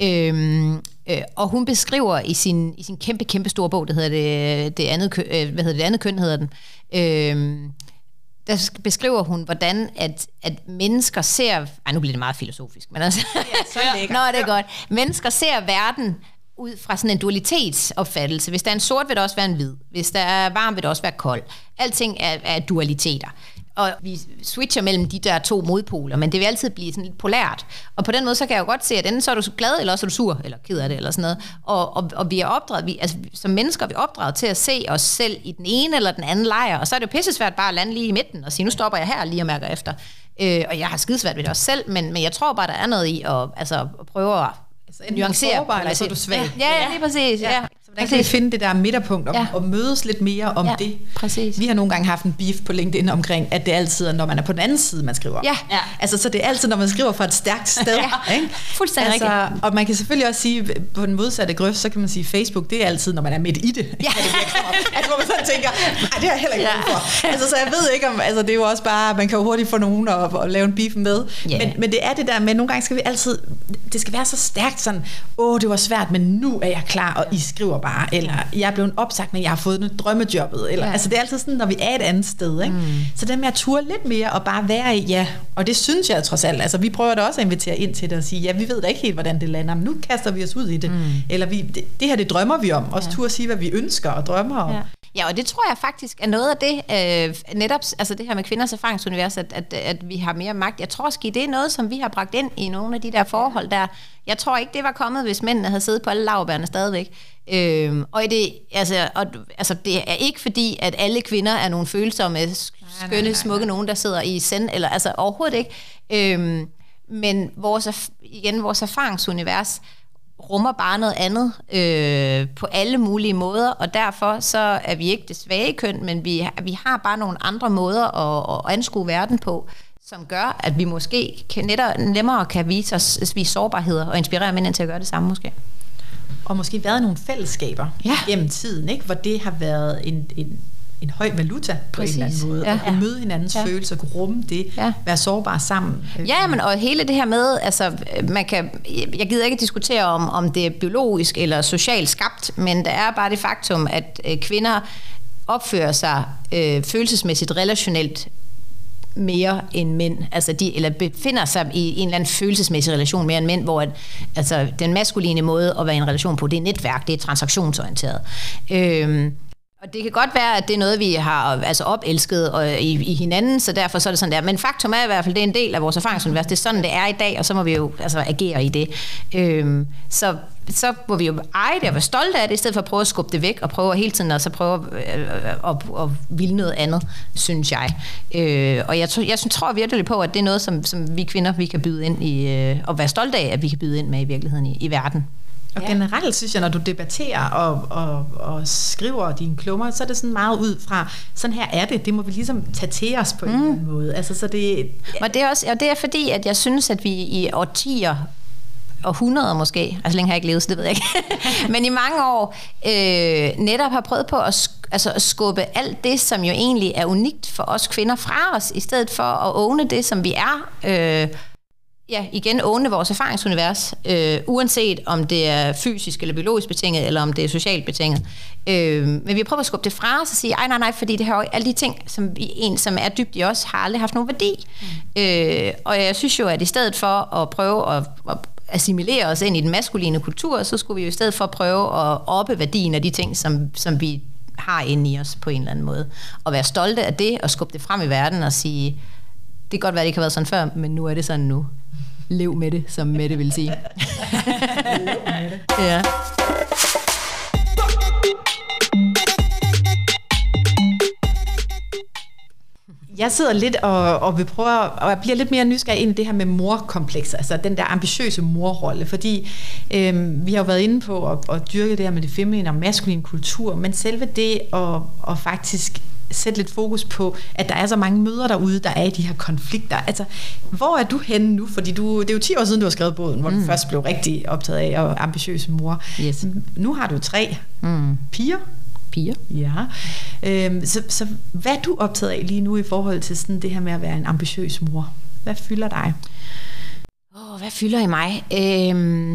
Øhm, øh, og hun beskriver i sin, i sin kæmpe, kæmpe store bog, der hedder det, det andet køn, øh, hvad hedder det andet køn, hedder den, øhm, der beskriver hun, hvordan at, at mennesker ser... Ej, nu bliver det meget filosofisk, men altså... Ja, så Nå, det er godt. Mennesker ser verden ud fra sådan en dualitetsopfattelse. Hvis der er en sort, vil der også være en hvid. Hvis der er varm, vil der også være kold. Alting er, er dualiteter. Og vi switcher mellem de der to modpoler, men det vil altid blive sådan lidt polært. Og på den måde, så kan jeg jo godt se, at enten så er du glad, eller også er du sur, eller ked af det, eller sådan noget. Og, og, og vi er opdraget, vi, altså som mennesker er vi opdraget til at se os selv i den ene eller den anden lejr, og så er det jo pissesvært bare at lande lige i midten og sige, nu stopper jeg her lige og mærker efter. Øh, og jeg har skidesvært ved det også selv, men, men jeg tror bare, der er noget i at, altså, at prøve at altså, nuancere, sårbar, eller så er du svag. Ja, ja, ja, lige præcis. Ja. Ja. Så hvordan kan vi finde det der midterpunkt og, ja. og mødes lidt mere om ja, det? Præcis. Vi har nogle gange haft en beef på LinkedIn omkring, at det altid er, når man er på den anden side, man skriver. Ja. Ja. Altså, så det er altid, når man skriver fra et stærkt sted. Ja. Ikke? Fuldstændig altså, rigtigt. og man kan selvfølgelig også sige, på den modsatte grøft, så kan man sige, Facebook, det er altid, når man er midt i det. Ja. Altså, hvor man sådan tænker, nej, det har jeg heller ikke ja. for. Altså, så jeg ved ikke om, altså, det er jo også bare, man kan jo hurtigt få nogen at, at lave en beef med. Yeah. Men, men det er det der med, nogle gange skal vi altid, det skal være så stærkt sådan, åh, det var svært, men nu er jeg klar, og I skriver bare, eller jeg er blevet opsagt, men jeg har fået noget drømmejobbet, eller, ja. altså det er altid sådan, når vi er et andet sted, ikke? Mm. Så det med at ture lidt mere, og bare være i, ja, og det synes jeg trods alt, altså vi prøver da også at invitere ind til det, og sige, ja, vi ved da ikke helt, hvordan det lander, men nu kaster vi os ud i det, mm. eller vi, det, det her, det drømmer vi om, også ja. ture at sige, hvad vi ønsker og drømmer om. Ja. Ja, og det tror jeg faktisk er noget af det, øh, netop altså det her med kvinders erfaringsunivers, at, at, at vi har mere magt. Jeg tror måske, det er noget, som vi har bragt ind i nogle af de der forhold der. Jeg tror ikke, det var kommet, hvis mændene havde siddet på alle laurbærne stadigvæk. Øh, og, det, altså, og altså, det er ikke fordi, at alle kvinder er nogle følsomme, skønne, nej, nej, nej. smukke nogen, der sidder i send, eller altså overhovedet ikke. Øh, men vores, igen, vores erfaringsunivers rummer bare noget andet øh, på alle mulige måder, og derfor så er vi ikke det svage køn, men vi, vi har bare nogle andre måder at, at anskue verden på, som gør, at vi måske kan netop, nemmere kan vise os vise sårbarheder og inspirere mændene til at gøre det samme måske. Og måske været nogle fællesskaber ja. gennem tiden, ikke? Hvor det har været en, en, en høj valuta på Præcis. en eller anden måde. Ja. At kunne møde hinandens ja. følelser, kunne rumme det, ja. være sårbare sammen. Ja, men og hele det her med, altså man kan, jeg gider ikke diskutere om, om det er biologisk eller socialt skabt, men der er bare det faktum, at øh, kvinder opfører sig øh, følelsesmæssigt relationelt mere end mænd, altså de, eller befinder sig i en eller anden følelsesmæssig relation mere end mænd, hvor at, altså, den maskuline måde at være i en relation på, det er netværk, det er transaktionsorienteret. Øhm, og det kan godt være, at det er noget, vi har altså opelsket og, i, i hinanden, så derfor så er det sådan der. Men faktum er i hvert fald, det er en del af vores erfaringsunivers. Det er sådan, det er i dag, og så må vi jo altså, agere i det. Øhm, så, så må vi jo eje det og være stolte af det, i stedet for at prøve at skubbe det væk, og prøve hele tiden at, så prøve at, at, at ville noget andet, synes jeg. Øh, og jeg, jeg, jeg tror virkelig på, at det er noget, som, som vi kvinder vi kan byde ind i, øh, og være stolte af, at vi kan byde ind med i virkeligheden i, i verden. Og ja. generelt synes jeg, når du debatterer og, og, og skriver dine klummer, så er det sådan meget ud fra, sådan her er det, det må vi ligesom tage til os på mm. en eller anden måde. Altså, så det, ja. og, det er også, og det er fordi, at jeg synes, at vi i årtier, århundreder måske, altså længe har jeg ikke levet, så det ved jeg ikke, men i mange år øh, netop har prøvet på at, sk- altså at skubbe alt det, som jo egentlig er unikt for os kvinder fra os, i stedet for at åbne det, som vi er. Øh, Ja, igen åbne vores erfaringsunivers, øh, uanset om det er fysisk eller biologisk betinget, eller om det er socialt betinget. Øh, men vi prøver at skubbe det fra os og sige, ej nej nej, fordi det har jo alle de ting, som vi, en, som er dybt i os, har aldrig haft nogen værdi. Mm. Øh, og jeg synes jo, at i stedet for at prøve at, at assimilere os ind i den maskuline kultur, så skulle vi jo i stedet for prøve at oppe værdien af de ting, som, som vi har inde i os på en eller anden måde. Og være stolte af det, og skubbe det frem i verden og sige, det kan godt være, det ikke har været sådan før, men nu er det sådan nu. Lev med det, som Mette vil sige. Lev med det. Ja. Jeg sidder lidt og, og vil prøve, og jeg bliver lidt mere nysgerrig ind i det her med morkomplekser, altså den der ambitiøse morrolle, fordi øhm, vi har jo været inde på at, at dyrke det her med det feminine og maskuline kultur, men selve det at, at faktisk sætte lidt fokus på, at der er så mange mødre derude, der er i de her konflikter. Altså, hvor er du henne nu? Fordi du, det er jo ti år siden, du har skrevet bogen, hvor mm. du først blev rigtig optaget af og ambitiøs mor. Yes. Nu har du tre mm. piger. Piger. Ja. Øhm, så, så hvad er du optaget af lige nu i forhold til sådan det her med at være en ambitiøs mor? Hvad fylder dig? Åh, oh, hvad fylder i mig? Øhm,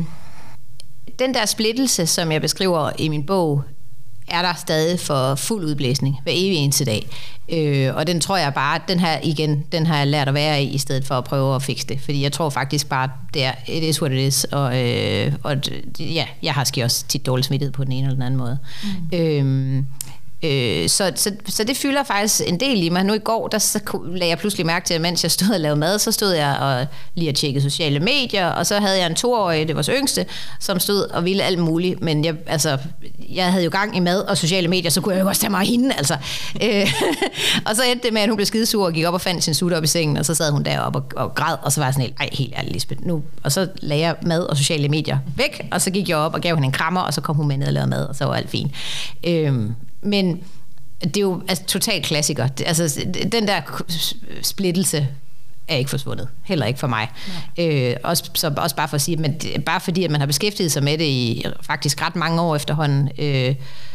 den der splittelse, som jeg beskriver i min bog, er der stadig for fuld udblæsning hver evig eneste dag. Øh, og den tror jeg bare, den her igen, den har jeg lært at være i, i stedet for at prøve at fikse det. Fordi jeg tror faktisk bare, det er, it is what it is. Og, øh, og ja, jeg har måske også tit dårlig smittet på den ene eller den anden måde. Mm. Øh, Øh, så, så, så det fylder faktisk en del i mig. Nu i går, der så lagde jeg pludselig mærke til, at mens jeg stod og lavede mad, så stod jeg og lige og tjekkede sociale medier, og så havde jeg en toårig, det var vores yngste, som stod og ville alt muligt, men jeg, altså, jeg havde jo gang i mad og sociale medier, så kunne jeg jo også tage mig af hende, altså. Øh, og så endte det med, at hun blev skidesur og gik op og fandt sin sutter op i sengen, og så sad hun deroppe og, og græd, og så var jeg sådan helt, ej, helt ærligt, Lisbeth, nu. Og så lagde jeg mad og sociale medier væk, og så gik jeg op og gav hende en krammer, og så kom hun med ned og lavede mad, og så var alt fint. Øh, Men det er jo altså, totalt klassiker. Altså, den der splittelse er ikke forsvundet. Heller ikke for mig. Øh, også, så, også bare for at sige, men bare fordi, at man har beskæftiget sig med det i faktisk ret mange år efterhånden, øh,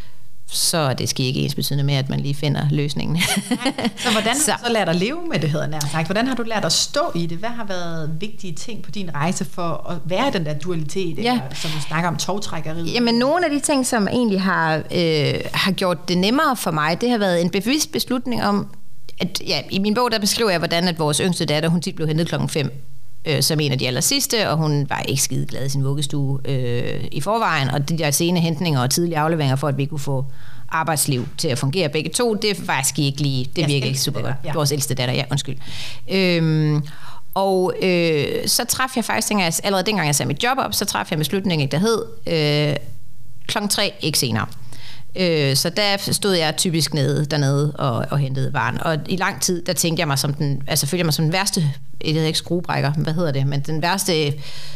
så er det sker ikke ens betydende med, at man lige finder løsningen. Så hvordan har du så lært at leve med det, hedder nær sagt? Hvordan har du lært at stå i det? Hvad har været vigtige ting på din rejse for at være i den der dualitet, ja. Eller, som du snakker om, tovtrækkeriet? Jamen, nogle af de ting, som egentlig har, øh, har gjort det nemmere for mig, det har været en bevidst beslutning om, at ja, i min bog, der beskriver jeg, hvordan at vores yngste datter, hun tit blev hentet klokken fem. Øh, som en af de aller sidste, og hun var ikke skide glad i sin vuggestue øh, i forvejen, og de der sene hentninger og tidlige afleveringer for, at vi kunne få arbejdsliv til at fungere begge to, det var faktisk ikke lige, det virkede ikke super godt. Ja. Vores ældste datter, ja, undskyld. Øhm, og øh, så traf jeg faktisk, dengang, allerede dengang jeg sagde mit job op, så traf jeg beslutningen, der hed øh, klokken tre, ikke senere. Øh, så der stod jeg typisk nede dernede og, og hentede varen. Og i lang tid, der tænkte jeg mig som den, altså følte jeg mig som den værste, jeg ved ikke skruebrækker, hvad hedder det, men den værste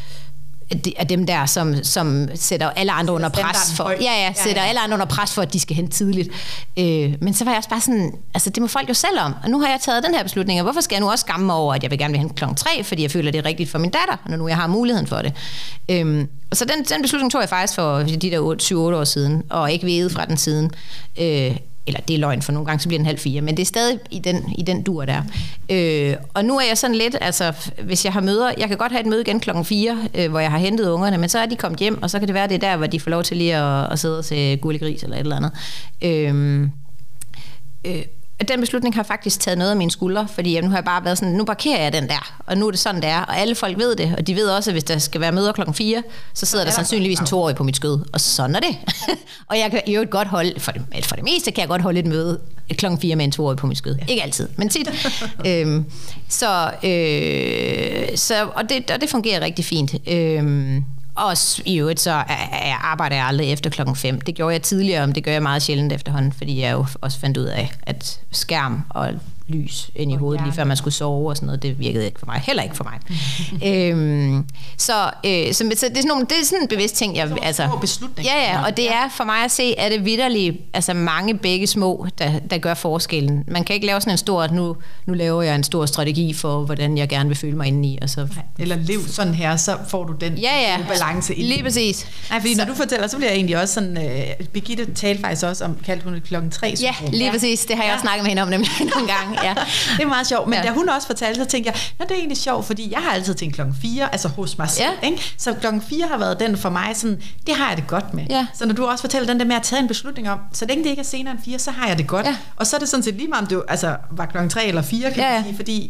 af dem der, som, som sætter alle andre under pres for, ja, ja, sætter ja, ja. alle andre under pres for, at de skal hente tidligt. Øh, men så var jeg også bare sådan, altså det må folk jo selv om. Og nu har jeg taget den her beslutning, og hvorfor skal jeg nu også skamme mig over, at jeg vil gerne vil hente klokken tre, fordi jeg føler, det er rigtigt for min datter, når nu jeg har muligheden for det. Øh, så den, den beslutning tog jeg faktisk for de der syv otte år siden, og ikke veget fra den siden. Øh, eller det er løgn, for nogle gange så bliver den halv fire, men det er stadig i den, i den dur der. Øh, og nu er jeg sådan lidt, altså hvis jeg har møder, jeg kan godt have et møde igen klokken fire, øh, hvor jeg har hentet ungerne, men så er de kommet hjem, og så kan det være, det er der, hvor de får lov til lige at, at sidde og se Gurli Gris eller et eller andet. Øh, øh, Den beslutning har faktisk taget noget af mine skuldre, fordi nu har jeg bare været sådan, nu parkerer jeg den der, og nu er det sådan, det er, og alle folk ved det, og de ved også, at hvis der skal være møder klokken fire, så sidder der sandsynligvis en toårig på mit skød, og sådan er det. Og jeg kan jo et godt holde, for det, for det meste kan jeg godt holde et møde klokken fire med en toårig på mit skød. Ikke altid, men tit. øhm, så, øh, så, og, det, og det fungerer rigtig fint. Øhm, Og i øvrigt så jeg arbejder jeg aldrig efter klokken fem. Det gjorde jeg tidligere, men det gør jeg meget sjældent efterhånden, fordi jeg jo også fandt ud af, at skærm og lys ind i hovedet, lige før man skulle sove og sådan noget, det virkede ikke for mig. Heller ikke for mig. øhm, så, øh, så, så det er sådan nogle, det er sådan en bevidst ting, jeg altså. Ja, ja, og det er for mig at se, at det vitterligt, altså mange begge små, der, der gør forskellen. Man kan ikke lave sådan en stor, nu, nu laver jeg en stor strategi for, hvordan jeg gerne vil føle mig indeni. Og så, eller lev sådan her, så får du den ja, ja, balance ind. Lige præcis. Nej, fordi så, når du fortæller, så bliver jeg egentlig også sådan, uh, Birgitte talte faktisk også om, kaldte hun det klokken tre. Ja, lige præcis. Det har jeg ja. også snakket med hende om nemlig nogle gange. Ja. Det er meget sjovt, men ja. da hun også fortalte, så tænkte jeg, nå, det er egentlig sjovt, fordi jeg har altid tænkt klokken fire, altså hos mig selv, ja. ikke? Så klokken fire har været den for mig, sådan, det har jeg det godt med. Ja. Så når du også fortæller den der med at tage en beslutning om, så længe det ikke er senere end fire, så har jeg det godt. Ja. Og så er det sådan set lige meget, om det altså, var klokken tre eller fire, kan ja, ja. man sige, fordi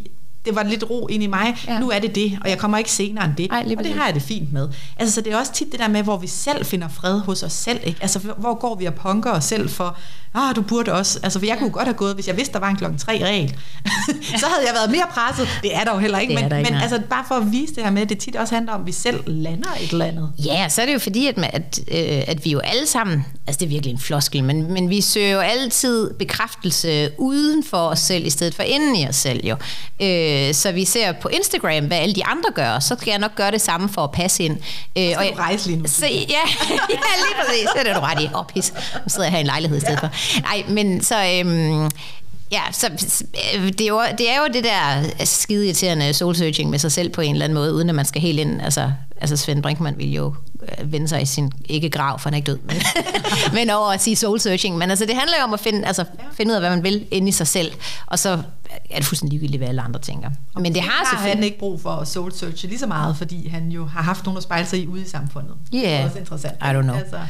det var lidt ro ind i mig. Ja. Nu er det det, og jeg kommer ikke senere end det. Ej, og det har jeg det fint med. Altså, så det er også tit det der med, hvor vi selv finder fred hos os selv. Ikke? Altså, hvor går vi og punker os selv for, ah, du burde også. Altså, for jeg kunne godt have gået, hvis jeg vidste, der var en klokken tre regel. Så havde jeg været mere presset. Det er der jo heller ikke. Men, ikke, men altså, bare for at vise det her med, at det tit også handler om, at vi selv lander et eller andet. Ja, så er det jo fordi, at, at, øh, at vi jo alle sammen, altså det er virkelig en floskel, men, men vi søger jo altid bekræftelse uden for os selv, i stedet for inden i os selv jo. Øh, så vi ser på Instagram, hvad alle de andre gør, så skal jeg nok gøre det samme for at passe ind. Øh, og jeg, rejse lige nu. Så, ja, ja, lige præcis. Det er det, du ret i. Åh, oh, pis. Nu sidder jeg her i en lejlighed i stedet for. Nej, men så... Øhm, ja, så det er, jo, det er jo det der skide irriterende soul-searching med sig selv på en eller anden måde, uden at man skal helt ind. Altså, altså Svend Brinkmann ville jo vende sig i sin, ikke grav, for han er ikke død, men, men over at sige soul-searching. Men altså, det handler jo om at finde, altså, finde ud af, hvad man vil inde i sig selv, og så er det fuldstændig ligegyldigt, hvad alle andre tænker. Men det har, har selvfølgelig... han ikke brug for at soul-searche lige så meget, fordi han jo har haft nogen at spejle sig i ude i samfundet. Ja, yeah. Det er også interessant. I don't know. Altså.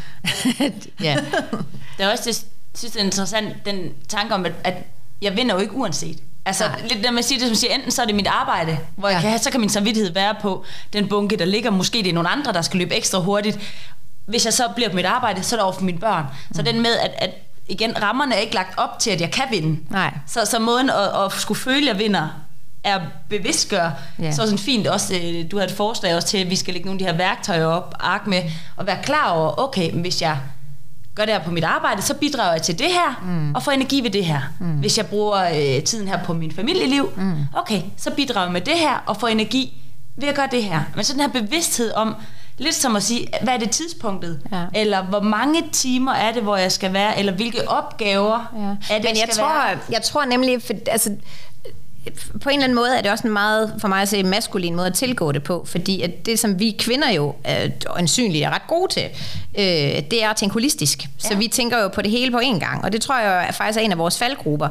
Ja. Det er også, det, synes det er interessant, den tanke om, at, at jeg vinder jo ikke uanset. Altså, ja. Lidt der med at sige det, som siger, enten så er det mit arbejde, hvor jeg ja. kan have, så kan min samvittighed være på den bunke, der ligger. Måske det er nogle andre, der skal løbe ekstra hurtigt. Hvis jeg så bliver på mit arbejde, så er det over for mine børn. Så mm. den med, at, at igen, rammerne er ikke lagt op til, at jeg kan vinde. Nej. Så, så måden at, at skulle føle, at jeg vinder, er bevidstgør. Ja. Så sådan fint også, du har et forslag også til, at vi skal lægge nogle af de her værktøjer op, ark med, og være klar over, okay, hvis jeg gør det her på mit arbejde, så bidrager jeg til det her, mm. og får energi ved det her. Mm. Hvis jeg bruger øh, tiden her på min familieliv, mm. okay, så bidrager jeg med det her, og får energi ved at gøre det her. Men så den her bevidsthed om, lidt som at sige, hvad er det tidspunktet? Ja. Eller hvor mange timer er det, hvor jeg skal være? Eller hvilke opgaver ja. er det, Men jeg, jeg tror, være? Jeg tror nemlig, for, altså, på en eller anden måde er det også en meget, for mig at se, maskulin måde at tilgå det på, fordi at det, som vi kvinder jo er ansynligt er ret gode til, øh, det er at tænke holistisk. Ja. Så vi tænker jo på det hele på én gang, og det tror jeg er faktisk er en af vores faldgrupper.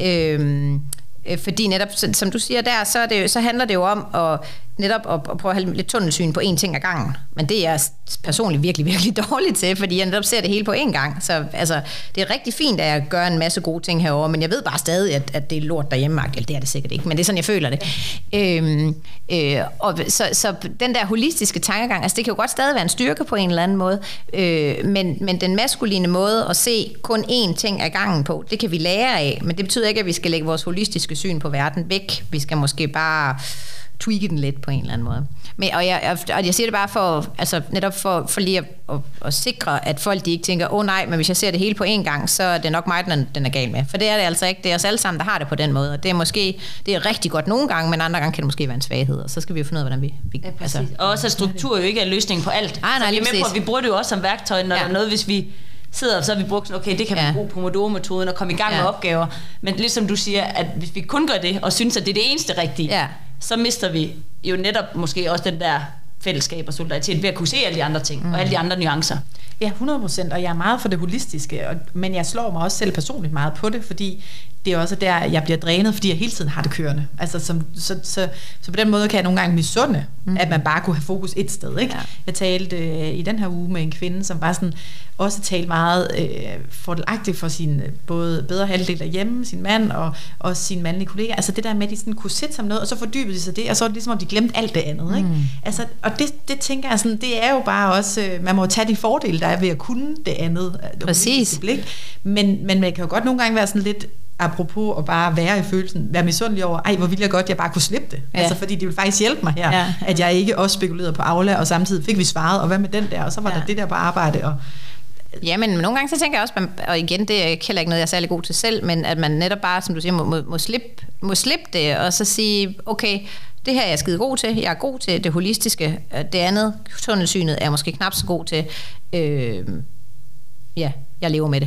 Øh, fordi netop, som du siger der, så, er det, så handler det jo om at netop at, at prøve at have lidt tunnelsyn på én ting ad gangen. Men det er jeg personligt virkelig, virkelig dårlig til, fordi jeg netop ser det hele på én gang. Så altså, det er rigtig fint, at jeg gør en masse gode ting herovre, men jeg ved bare stadig, at, at det er lort derhjemme. Eller det er det sikkert ikke, men det er sådan, jeg føler det. Ja. Øhm, øh, og så, så den der holistiske tankegang, altså det kan jo godt stadig være en styrke på en eller anden måde, øh, men, men den maskuline måde at se kun én ting ad gangen på, det kan vi lære af, men det betyder ikke, at vi skal lægge vores holistiske syn på verden væk. Vi skal måske bare tweake den lidt på en eller anden måde. Men, og, jeg, og jeg siger det bare for, altså netop for, for lige at, at, at sikre, at folk de ikke tænker, åh oh, nej, men hvis jeg ser det hele på én gang, så er det nok mig, den, den er gal med. For det er det altså ikke. Det er os alle sammen, der har det på den måde. Og det er måske, det er rigtig godt nogle gange, men andre gange kan det måske være en svaghed. Og så skal vi jo finde ud af, hvordan vi... vi ja, altså, og også at struktur jo ikke er løsningen på alt. Ah, nej, så vi er med på, at vi bruger det jo også som værktøj, når ja. der er noget, hvis vi sidder, så har vi brugt sådan, okay, det kan ja. vi bruge Pomodoro-metoden og komme i gang ja. med opgaver. Men ligesom du siger, at hvis vi kun gør det, og synes, at det er det eneste rigtige, ja. så mister vi jo netop måske også den der fællesskab og solidaritet ved at kunne se alle de andre ting, mm. og alle de andre nuancer. Ja, hundrede procent, og jeg er meget for det holistiske, og, men jeg slår mig også selv personligt meget på det, fordi det er også der, jeg bliver drænet, fordi jeg hele tiden har det kørende. Altså, som, så, så, så på den måde kan jeg nogle gange misunde, mm. at man bare kunne have fokus et sted. Ikke? Ja. Jeg talte øh, i den her uge med en kvinde, som var sådan, også talte meget øh, fordelagtigt for sin både bedre halvdel derhjemme, sin mand og, og sin mandlige kollega. Altså det der med, at de sådan kunne sætte sig med noget, og så fordybede de sig det, og så var det ligesom, om de glemte alt det andet. Ikke? Mm. Altså, og det, det tænker jeg sådan, det er jo bare også, øh, man må tage de fordele, der er ved at kunne det andet. Det Præcis. Blik. Men, men man kan jo godt nogle gange være sådan lidt, apropos at bare være i følelsen, være misundelig over, ej, hvor ville jeg godt, jeg bare kunne slippe det. Ja. Altså, fordi det ville faktisk hjælpe mig her, ja. at jeg ikke også spekulerede på Aula, og samtidig fik vi svaret, og hvad med den der, og så var ja. der det der på arbejde. Og ja, men nogle gange så tænker jeg også, og igen, det er heller ikke noget, jeg er særlig god til selv, men at man netop bare, som du siger, må, må, må, slippe, må slippe det, og så sige, okay, det her er jeg skide god til, jeg er god til det holistiske, det andet, tunnelsynet, er jeg måske knap så god til. Øh, ja, jeg lever med det.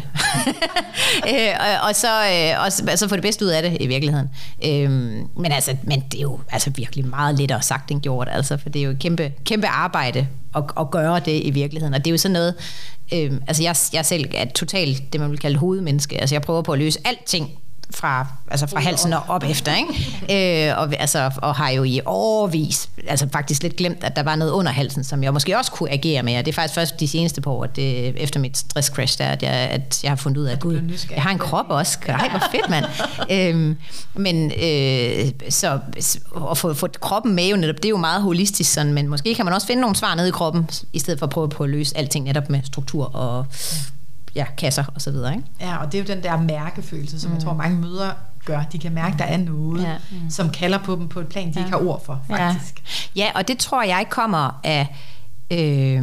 øh, og, og så øh, og, altså få det bedste ud af det i virkeligheden. Øh, men, altså, men det er jo altså virkelig meget lettere sagt end gjort, altså, for det er jo et kæmpe, kæmpe arbejde at, at gøre det i virkeligheden. Og det er jo sådan noget, øh, altså jeg, jeg selv er totalt det, man vil kalde hovedmenneske. Altså jeg prøver på at løse alting fra, altså fra halsen og op efter, ikke? Øh, og, altså, og har jo i årevis altså faktisk lidt glemt, at der var noget under halsen, som jeg måske også kunne agere med. Og det er faktisk først de seneste par år, at det, efter mit stress-crash, der, at jeg, at jeg har fundet ud af, at gud, jeg har en krop også. Ej, hvor fedt, mand. øhm, men øh, så at få, få kroppen med jo netop, det er jo meget holistisk sådan, men måske kan man også finde nogle svar nede i kroppen, i stedet for at prøve på at løse alting netop med struktur og ja, kasser og så videre, ikke? Ja, og det er jo den der mærkefølelse, som mm. jeg tror mange mødre gør. De kan mærke, at der er noget, ja. mm. som kalder på dem på et plan, de ja. ikke har ord for, faktisk. Ja, ja, og det tror jeg kommer af øh,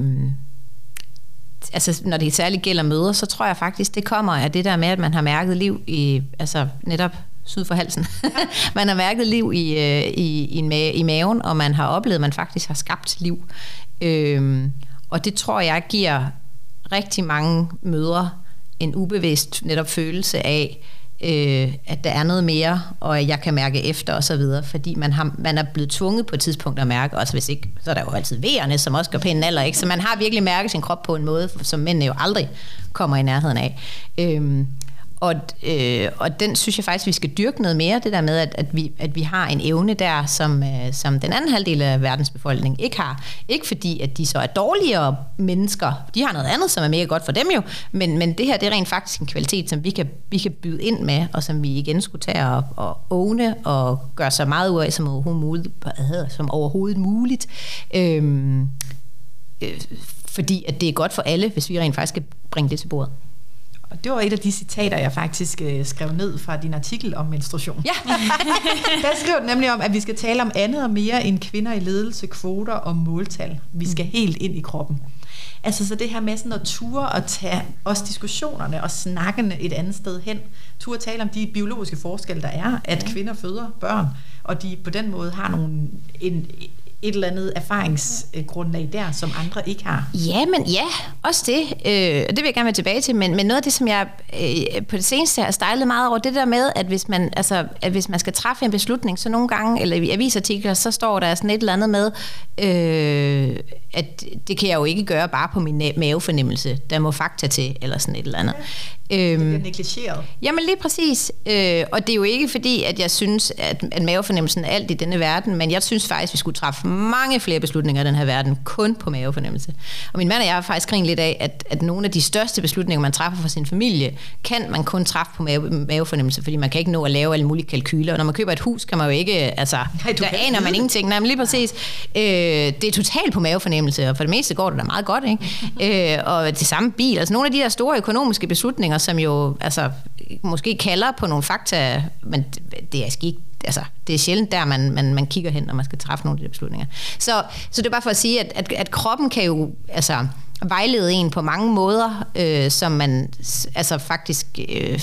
altså når det særligt gælder mødre, så tror jeg faktisk, det kommer af det der med, at man har mærket liv i, altså netop syd for halsen. Man har mærket liv i, i, i, ma- i maven, og man har oplevet, at man faktisk har skabt liv. Øh, og det tror jeg giver rigtig mange mødre en ubevidst netop følelse af, øh, at der er noget mere, og jeg kan mærke efter og så videre, fordi man, har, man er blevet tvunget på et tidspunkt at mærke, også hvis ikke, så er der jo altid vejerne, som også går pænt alder, ikke? Så man har virkelig mærket sin krop på en måde, som mændene jo aldrig kommer i nærheden af. Øhm, Og, øh, og den synes jeg faktisk, vi skal dyrke noget mere, det der med, at, at, vi, at vi har en evne der, som, øh, som den anden halvdel af verdens befolkning ikke har. Ikke fordi, at de så er dårligere mennesker. De har noget andet, som er mega godt for dem jo, men, men det her, det er rent faktisk en kvalitet, som vi kan, vi kan byde ind med, og som vi igen skulle tage og, og åbne og gøre så meget ud af, som overhovedet muligt. Som overhovedet muligt. Øhm, øh, fordi at det er godt for alle, hvis vi rent faktisk skal bringe det til bordet. Det var et af de citater, jeg faktisk øh, skrev ned fra din artikel om menstruation. Ja. Der skrev det nemlig om, at vi skal tale om andet og mere end kvinder i ledelse, kvoter og måltal. Vi skal helt ind i kroppen. Altså så det her med sådan at ture og tage også diskussionerne og snakkene et andet sted hen. Ture tale om de biologiske forskelle, der er, at kvinder føder børn, og de på den måde har nogle... En, et eller andet erfaringsgrundlag der, som andre ikke har. Ja, men ja, også det. Øh, det vil jeg gerne være tilbage til, men, men noget af det, som jeg øh, på det seneste har stejlet meget over, det der med, at hvis man, altså, at hvis man skal træffe en beslutning, så nogle gange, eller i avisartikler, så står der sådan et eller andet med, øh, at det kan jeg jo ikke gøre bare på min mavefornemmelse. Der må fakta til, eller sådan et eller andet. Ja, det bliver negligeret. Jamen lige præcis. Øh, og det er jo ikke fordi, at jeg synes, at, at mavefornemmelsen er alt i denne verden, men jeg synes faktisk, vi skulle træffe mange flere beslutninger i den her verden, kun på mavefornemmelse. Og min mand og jeg har faktisk grinet lidt af, at, at nogle af de største beslutninger, man træffer for sin familie, kan man kun træffe på mave, mavefornemmelse, fordi man kan ikke nå at lave alle mulige kalkyler. Og når man køber et hus, kan man jo ikke, altså, nej, der aner man ingenting. Nej, men lige præcis. Øh, det er totalt på mavefornemmelse, og for det meste går det da meget godt, ikke? øh, og det samme bil, altså nogle af de der store økonomiske beslutninger, som jo altså, måske kalder på nogle fakta, men det er ikke, altså, det er sjældent der, man, man, man kigger hen, når man skal træffe nogle af de der beslutninger. Så, så det er bare for at sige, at, at, at kroppen kan jo altså, vejlede en på mange måder, øh, som man altså, faktisk øh,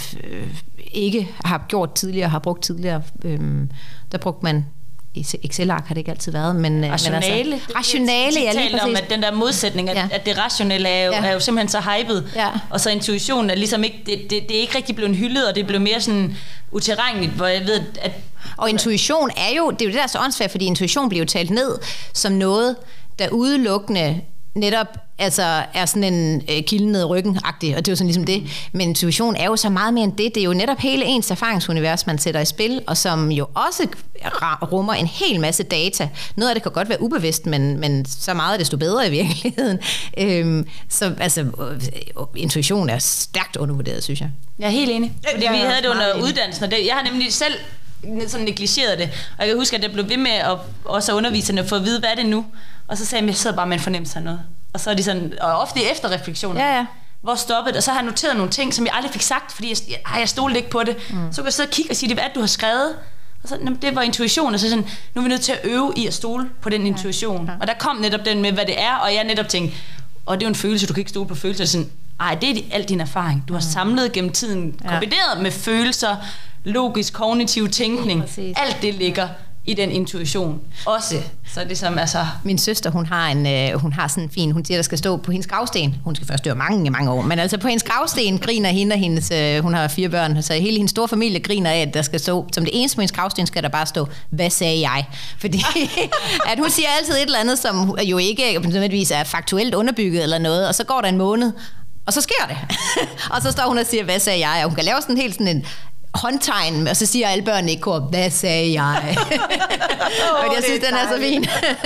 ikke har gjort tidligere, har brugt tidligere. Øh, der brugte man Excel-ark har det ikke altid været, men rationale. Men altså, rationale, ja, lige præcis. Om, at den der modsætning, at, ja. at det rationelle er jo, ja. er jo simpelthen så hypet, ja. og så intuitionen er ligesom ikke, det, det, det er ikke rigtig blevet hyldet, og det blev mere sådan utilregneligt, hvor jeg ved, at... Og intuition er jo, det er jo det der er så åndssvagt, fordi intuition bliver jo talt ned som noget, der udelukkende netop altså er sådan en øh, kilden ned i ryggen-agtig, og det er jo sådan ligesom det. Men intuition er jo så meget mere end det. Det er jo netop hele ens erfaringsunivers, man sætter i spil, og som jo også rummer en hel masse data. Noget af det kan godt være ubevidst, men, men så meget desto bedre i virkeligheden. Øhm, så altså, øh, intuition er stærkt undervurderet, synes jeg. Jeg er helt enig. Fordi vi havde det under uddannelsen, og det, jeg har nemlig selv sådan negligeret det. Og jeg kan huske, at jeg blev ved med at også underviserne få at vide, hvad er det nu? Og så sagde jeg, at jeg sidder bare med en fornemmelse af noget. Og så er de sådan, og ofte i efterrefleksioner. Ja, ja. Hvor stoppet, og så har jeg noteret nogle ting, som jeg aldrig fik sagt, fordi jeg, jeg, jeg stolede ikke på det. Mm. Så kan jeg sidde og kigge og sige, hvad er det, du har skrevet? Og så, jamen, det var intuition, og så sådan, nu er vi nødt til at øve i at stole på den intuition. Ja. Ja. Og der kom netop den med, hvad det er, og jeg netop tænkte, og det er jo en følelse, du kan ikke stole på følelser. Sådan, ej, det er al din erfaring. Du har samlet gennem tiden, ja. kombineret med følelser, logisk, kognitiv tænkning. Ja, alt det ligger i den intuition også. Så det som altså min søster, hun har en øh, hun har sådan en fin, hun siger der skal stå på hendes gravsten. Hun skal først dø mange mange år, men altså på hendes gravsten griner hende og hendes øh, hun har fire børn, så hele hendes store familie griner af at der skal stå som det eneste på hendes gravsten skal der bare stå hvad sagde jeg? Fordi at hun siger altid et eller andet som jo ikke nødvendigvis er faktuelt underbygget eller noget, og så går der en måned, og så sker det. Og så står hun og siger hvad sagde jeg? Og hun kan lave sådan helt sådan en håndtegn, og så siger alle børnene i kor, hvad sagde jeg? Oh, og jeg synes, den er så fin.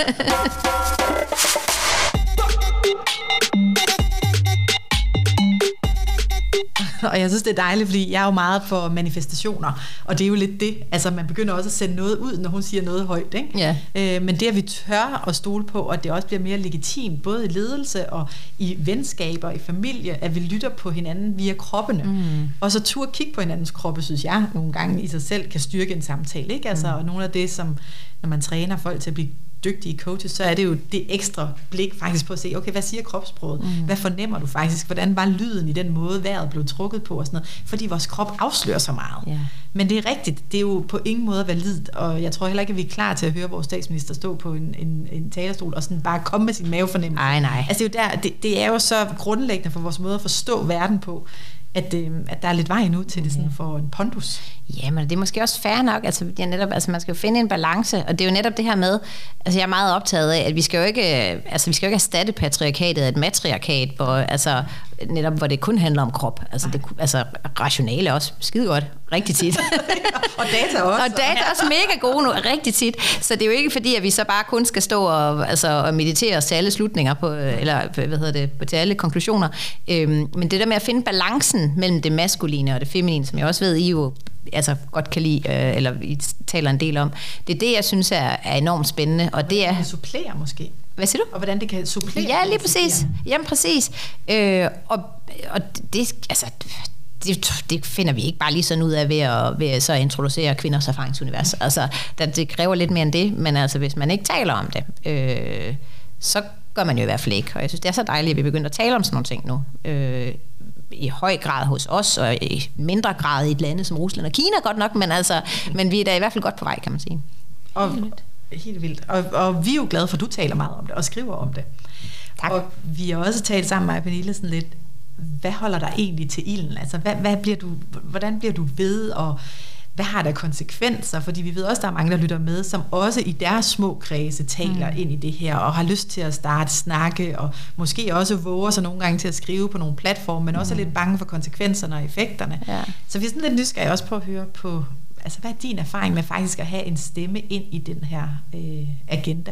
Og jeg synes, det er dejligt, fordi jeg er jo meget for manifestationer, og det er jo lidt det. Altså, man begynder også at sende noget ud, når hun siger noget højt, ikke? Ja. Øh, men det, at vi tør at stole på, og det også bliver mere legitimt, både i ledelse og i venskaber, i familie, at vi lytter på hinanden via kroppene. Mm. Og så turde kigge på hinandens kroppe, synes jeg, nogle gange i sig selv kan styrke en samtale, ikke? Altså, mm. og nogle af det, som når man træner folk til at blive dygtige coaches, så er det jo det ekstra blik faktisk på at se, okay, hvad siger kropssproget? Mm. Hvad fornemmer du faktisk? Hvordan var lyden i den måde, vejret blev trukket på og sådan noget? Fordi vores krop afslører så meget. Yeah. Men det er rigtigt, det er jo på ingen måde validt, og jeg tror heller ikke, at vi er klar til at høre vores statsminister stå på en, en, en talerstol og sådan bare komme med sin mavefornemmelse. Nej, nej. Altså det er, jo der, det, det er jo så grundlæggende for vores måde at forstå verden på, at, øh, at der er lidt vej nu til det sådan for en pondus. Ja, men det er måske også fair nok, altså, ja, netop, altså man skal jo finde en balance, og det er jo netop det her med, altså jeg er meget optaget af, at vi skal jo ikke, altså vi skal jo ikke erstatte patriarkatet af et matriarkat, hvor, altså netop hvor det kun handler om krop, altså, det, altså rationale også, skide godt, rigtig tit. Og data også. Og data er også mega gode nu, rigtig tit, så det er jo ikke fordi, at vi så bare kun skal stå og, altså, og meditere os til alle slutninger, på, eller hvad hedder det, til alle konklusioner, øhm, men det der med at finde balancen mellem det maskuline og det feminine, som jeg også ved, I jo altså godt kan lide, øh, eller I taler en del om. Det er det, jeg synes er, er enormt spændende. Og det er... Hvordan det supplerer måske. Hvad siger du? Og hvordan det kan supplere. Ja, lige præcis. Jamen præcis. Øh, og, og det, altså, det, det finder vi ikke bare lige sådan ud af ved at, ved at så introducere kvinders erfaringsunivers. Mm. Altså, det kræver lidt mere end det, men altså, hvis man ikke taler om det, øh, så gør man jo i hvert fald ikke. Og jeg synes, det er så dejligt, at vi begynder at tale om sådan nogle ting nu. Øh, i høj grad hos os, og i mindre grad i et lande som Rusland og Kina godt nok, men, altså, men vi er da i hvert fald godt på vej, kan man sige. Og, helt vildt. Og, og vi er jo glade for, at du taler meget om det, og skriver om det. Tak. Og vi har også talt sammen med Pernille sådan lidt, hvad holder dig egentlig til ilden? Altså, hvad, hvad bliver du, hvordan bliver du ved, og hvad har der konsekvenser? Fordi vi ved også, der er mange, der lytter med, som også i deres små kredse taler mm. ind i det her, og har lyst til at starte snakke, og måske også våger sig nogle gange til at skrive på nogle platforme, men også er lidt bange for konsekvenserne og effekterne. Ja. Så vi er sådan lidt nysgerrige også på at høre på, altså hvad er din erfaring med faktisk at have en stemme ind i den her øh, agenda?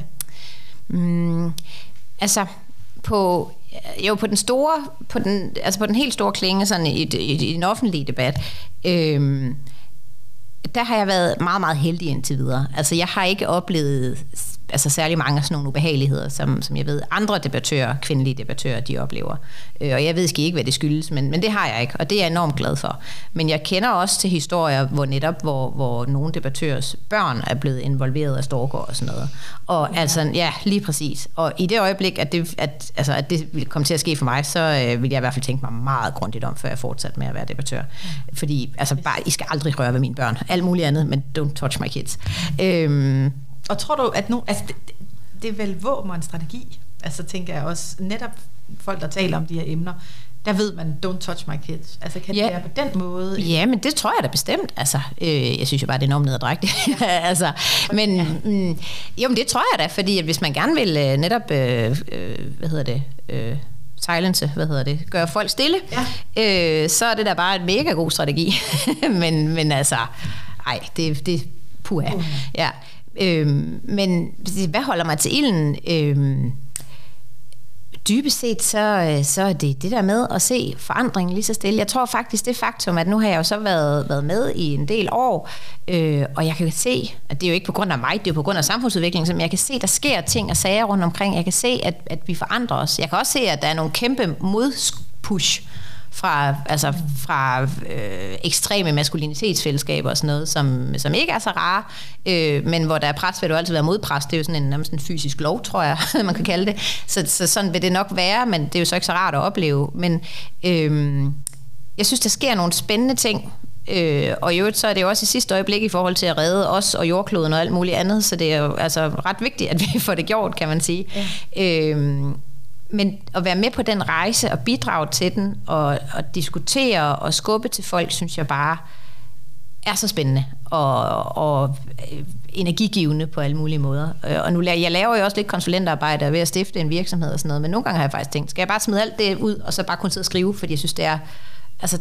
Mm, altså... På, jo, på den store, på den, altså på den helt store klinge, sådan i, i, i den offentlige debat, øhm, der har jeg været meget, meget heldig indtil videre. Altså, jeg har ikke oplevet altså, særlig mange af sådan nogle ubehageligheder, som, som jeg ved, andre debattører, kvindelige debattører, de oplever. Øh, og jeg ved ikke, ikke, hvad det skyldes, men, men det har jeg ikke, og det er jeg enormt glad for. Men jeg kender også til historier, hvor netop, hvor, hvor nogle debattørers børn er blevet involveret af stalker og sådan noget. Og ja. altså, ja, lige præcis. Og i det øjeblik, at det, at, altså, at det ville komme til at ske for mig, så øh, ville jeg i hvert fald tænke mig meget grundigt om, før jeg fortsatte med at være debattør. Mm. Fordi, altså, bare, I skal aldrig røre ved mine børn. Alt muligt andet, men don't touch my kids. Øhm, Og tror du, at nu, altså det, det er vel våben og en strategi, altså tænker jeg også, netop folk, der taler om de her emner, der ved man, don't touch my kids. Altså kan ja. det være på den måde? Ja, men det tror jeg da bestemt. Altså, øh, jeg synes jo bare, det er enormt nederdrægtigt. altså, men mm, jo, men det tror jeg da, fordi at hvis man gerne vil øh, netop, øh, øh, hvad hedder det, øh, silence, hvad hedder det, gøre folk stille, ja. øh, så er det da bare en mega god strategi. men, men altså, ej, det det puha. Uh. Ja. Øhm, men hvad holder mig til ilden? Øhm, dybest set så, så er det det der med at se forandringen lige så stille. Jeg tror faktisk det faktum, at nu har jeg jo så været, været med i en del år, øh, og jeg kan se, at det er jo ikke på grund af mig, det er jo på grund af samfundsudviklingen, men jeg kan se, at der sker ting og sager rundt omkring. Jeg kan se, at, at vi forandrer os. Jeg kan også se, at der er nogle kæmpe modpush fra, altså fra øh, ekstreme maskulinitetsfællesskaber og sådan noget, som, som ikke er så rare, øh, men hvor der er pres, vil du altid være modpres. Det er jo sådan en, nærmest en fysisk lov, tror jeg, man kan kalde det. Så, så sådan vil det nok være, men det er jo så ikke så rart at opleve. Men øh, jeg synes, der sker nogle spændende ting, øh, og i øvrigt så er det jo også i sidste øjeblik i forhold til at redde os og jordkloden og alt muligt andet, så det er jo altså ret vigtigt, at vi får det gjort, kan man sige. Ja. Øh, Men at være med på den rejse og bidrage til den og, og diskutere og skubbe til folk, synes jeg bare er så spændende og, og energigivende på alle mulige måder. Og nu jeg laver jo også lidt konsulentarbejde ved at stifte en virksomhed og sådan noget, men nogle gange har jeg faktisk tænkt, skal jeg bare smide alt det ud og så bare kun sidde og skrive, fordi jeg synes, det er, altså,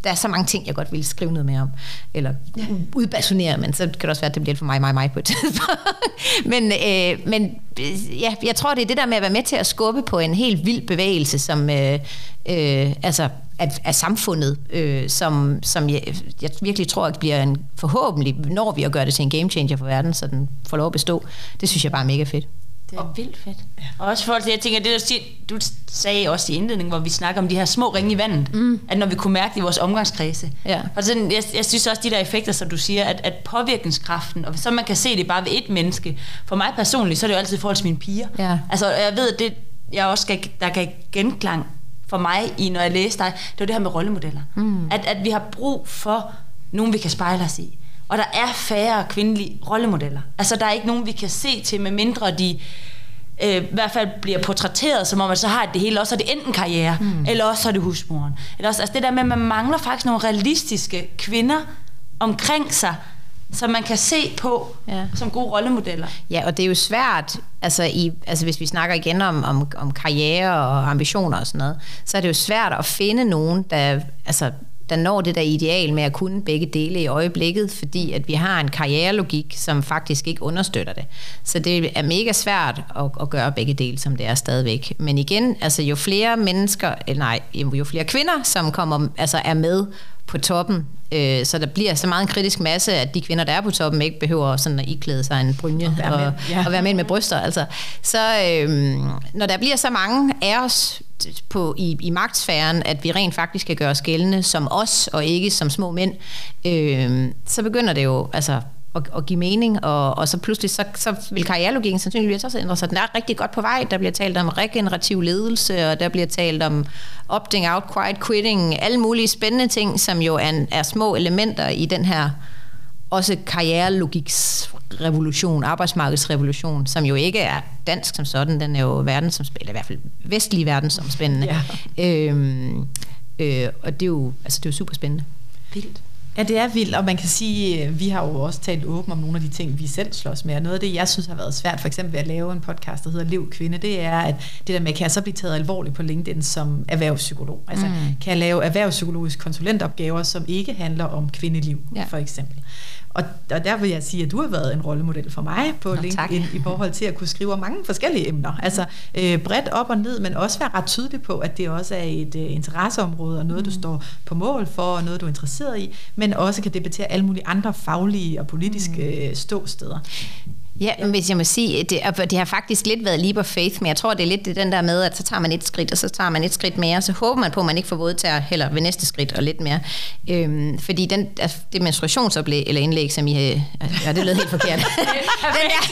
der er så mange ting, jeg godt ville skrive noget mere om, eller ja. udbasunere, men så kan det også være, at det bliver for mig, mig, mig på et tidspunkt. men, øh, men ja, jeg tror, det er det der med at være med til at skubbe på en helt vild bevægelse, som øh, øh, altså af, af samfundet, øh, som, som jeg, jeg virkelig tror, at bliver en forhåbentlig, når vi at gøre det til en game changer for verden, så den får lov at bestå. Det synes jeg bare er mega fedt. Det er vildt fedt. Ja. Og også i forhold til, jeg tænker, det du, du sagde også i indledningen, hvor vi snakker om de her små ringe i vandet, mm. at når vi kunne mærke det i vores omgangskredse. Ja. Og sådan, jeg, jeg synes også, de der effekter, som du siger, at, at påvirkningskraften, og så man kan se det bare ved et menneske. For mig personligt, så er det jo altid i forhold til mine piger. Ja. Altså, jeg ved, at det, jeg også skal, der kan genklang for mig, i, når jeg læser dig, det var det her med rollemodeller. Mm. At, at vi har brug for nogen, vi kan spejle os i. Og der er færre kvindelige rollemodeller. Altså, der er ikke nogen, vi kan se til, med mindre de øh, i hvert fald bliver portrætteret, som om, at så har det hele, også er det enten karriere, mm. eller også er det husmoren. Eller også, altså det der med, at man mangler faktisk nogle realistiske kvinder omkring sig, som man kan se på ja. som gode rollemodeller. Ja, og det er jo svært, altså, i, altså hvis vi snakker igen om, om, om karriere og ambitioner og sådan noget, så er det jo svært at finde nogen, der, altså, der når det der ideal med at kunne begge dele i øjeblikket, fordi at vi har en karrierelogik, som faktisk ikke understøtter det. Så det er mega svært at, at gøre begge dele, som det er stadigvæk. Men igen, altså jo flere mennesker, eller nej, jo flere kvinder, som kommer, altså er med på toppen, øh, så der bliver så meget en kritisk masse, at de kvinder, der er på toppen, ikke behøver sådan at iklæde sig en brynje og være med, og, ja. og være med med bryster. Altså. Så øh, når der bliver så mange af os på, i, i magtsfæren, at vi rent faktisk kan gøre os gældende som os, og ikke som små mænd, øh, så begynder det jo altså at, at give mening, og, og så pludselig så, så vil karrierelogikken sandsynligvis også ændre sig. Den er rigtig godt på vej. Der bliver talt om regenerativ ledelse, og der bliver talt om opting out, quiet quitting, alle mulige spændende ting, som jo er, en, er små elementer i den her også karrierelogiksrevolution, arbejdsmarkedsrevolution, som jo ikke er dansk som sådan, den er jo verdensomspændende, i hvert fald vestlige verdensomspændende. Ja. Øhm, øh, og det er jo, altså det er jo super spændende. Vildt. Ja, det er vildt, og man kan sige, vi har jo også talt åbent om nogle af de ting, vi selv slås med, og noget af det, jeg synes har været svært, for eksempel ved at lave en podcast, der hedder Lev Kvinde, det er, at det der med, kan jeg så blive taget alvorligt på LinkedIn som erhvervspsykolog? Altså, mm. kan jeg lave erhvervspsykologiske konsulentopgaver, som ikke handler om kvindeliv, ja. for eksempel? Og, og der vil jeg sige, at du har været en rollemodel for mig på Nå, LinkedIn tak. I forhold til at kunne skrive om mange forskellige emner. Altså øh, bredt op og ned, men også være ret tydelig på, at det også er et øh, interesseområde, og noget, mm. du står på mål for, og noget, du er interesseret i, men også kan debattere alle mulige andre faglige og politiske mm. ståsteder. Ja, men hvis jeg må sige, det, det har faktisk lidt været leap of faith, men jeg tror, det er lidt det den der med, at så tager man et skridt, og så tager man et skridt mere, så håber man på, at man ikke får vådtager heller ved næste skridt og lidt mere. Øhm, fordi den, altså, det menstruationsoplæg, eller indlæg, som I har... Ja, det lød helt forkert. den der,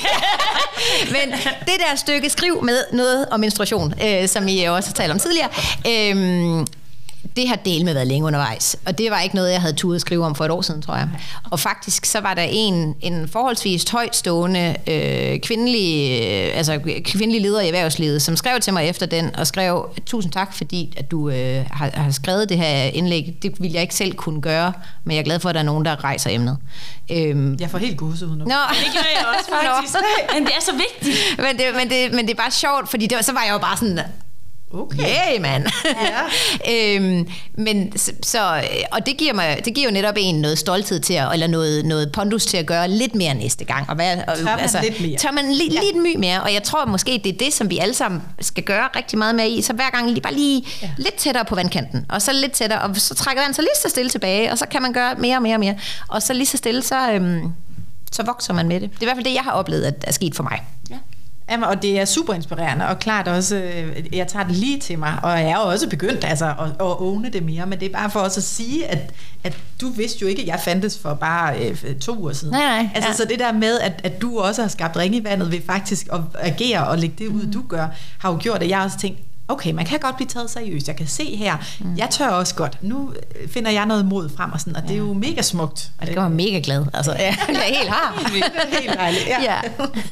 men det der stykke skriv med noget om menstruation, øh, som I også har talt om tidligere, øh, det har delt med været længe undervejs, og det var ikke noget, jeg havde turet at skrive om for et år siden, tror jeg. Og faktisk så var der en, en forholdsvis højtstående øh, kvindelig, øh, altså kvindelig leder i erhvervslivet, som skrev til mig efter den, og skrev, tusind tak, fordi at du øh, har, har skrevet det her indlæg. Det ville jeg ikke selv kunne gøre, men jeg er glad for, at der er nogen, der rejser emnet. Øhm, jeg får helt gåsehud nu. Nå. Det gør jeg også, faktisk. Men det er så vigtigt. Men det, men det, men det er bare sjovt, fordi det, så var jeg jo bare sådan... Okay. Yeah, mand. Ja. øhm, men så, og det giver mig, det giver jo netop en noget stolthed til at, eller noget, noget pondus til at gøre lidt mere næste gang. Og være, og, tør man altså, lidt mere. Tør man li, ja. lidt my mere, og jeg tror måske, det er det, som vi alle sammen skal gøre rigtig meget med i. Så hver gang lige, bare lige ja. lidt tættere på vandkanten, og så lidt tættere, og så trækker den så lige så stille tilbage, og så kan man gøre mere og mere og mere. Og så lige så stille, så, øhm, så vokser man med det. Det er i hvert fald det, jeg har oplevet, at er sket for mig. Ja. Jamen, og det er super inspirerende, og klart også, jeg tager det lige til mig, og jeg er også begyndt altså, at, at åbne det mere, men det er bare for os at sige, at, at du vidste jo ikke, at jeg fandtes for bare øh, to uger siden. Nej, nej, altså, ja. Så det der med, at, at du også har skabt ringe i vandet ved faktisk at agere og lægge det ud, mm. du gør, har jo gjort, at jeg også tænkt, okay, man kan godt blive taget seriøst. Jeg kan se her, mm. jeg tør også godt. Nu finder jeg noget mod frem og sådan, og ja. det er jo mega smukt. Og det gør mig mega glad. Altså, ja, jeg er helt har. Det er helt dejligt. Ja. ja.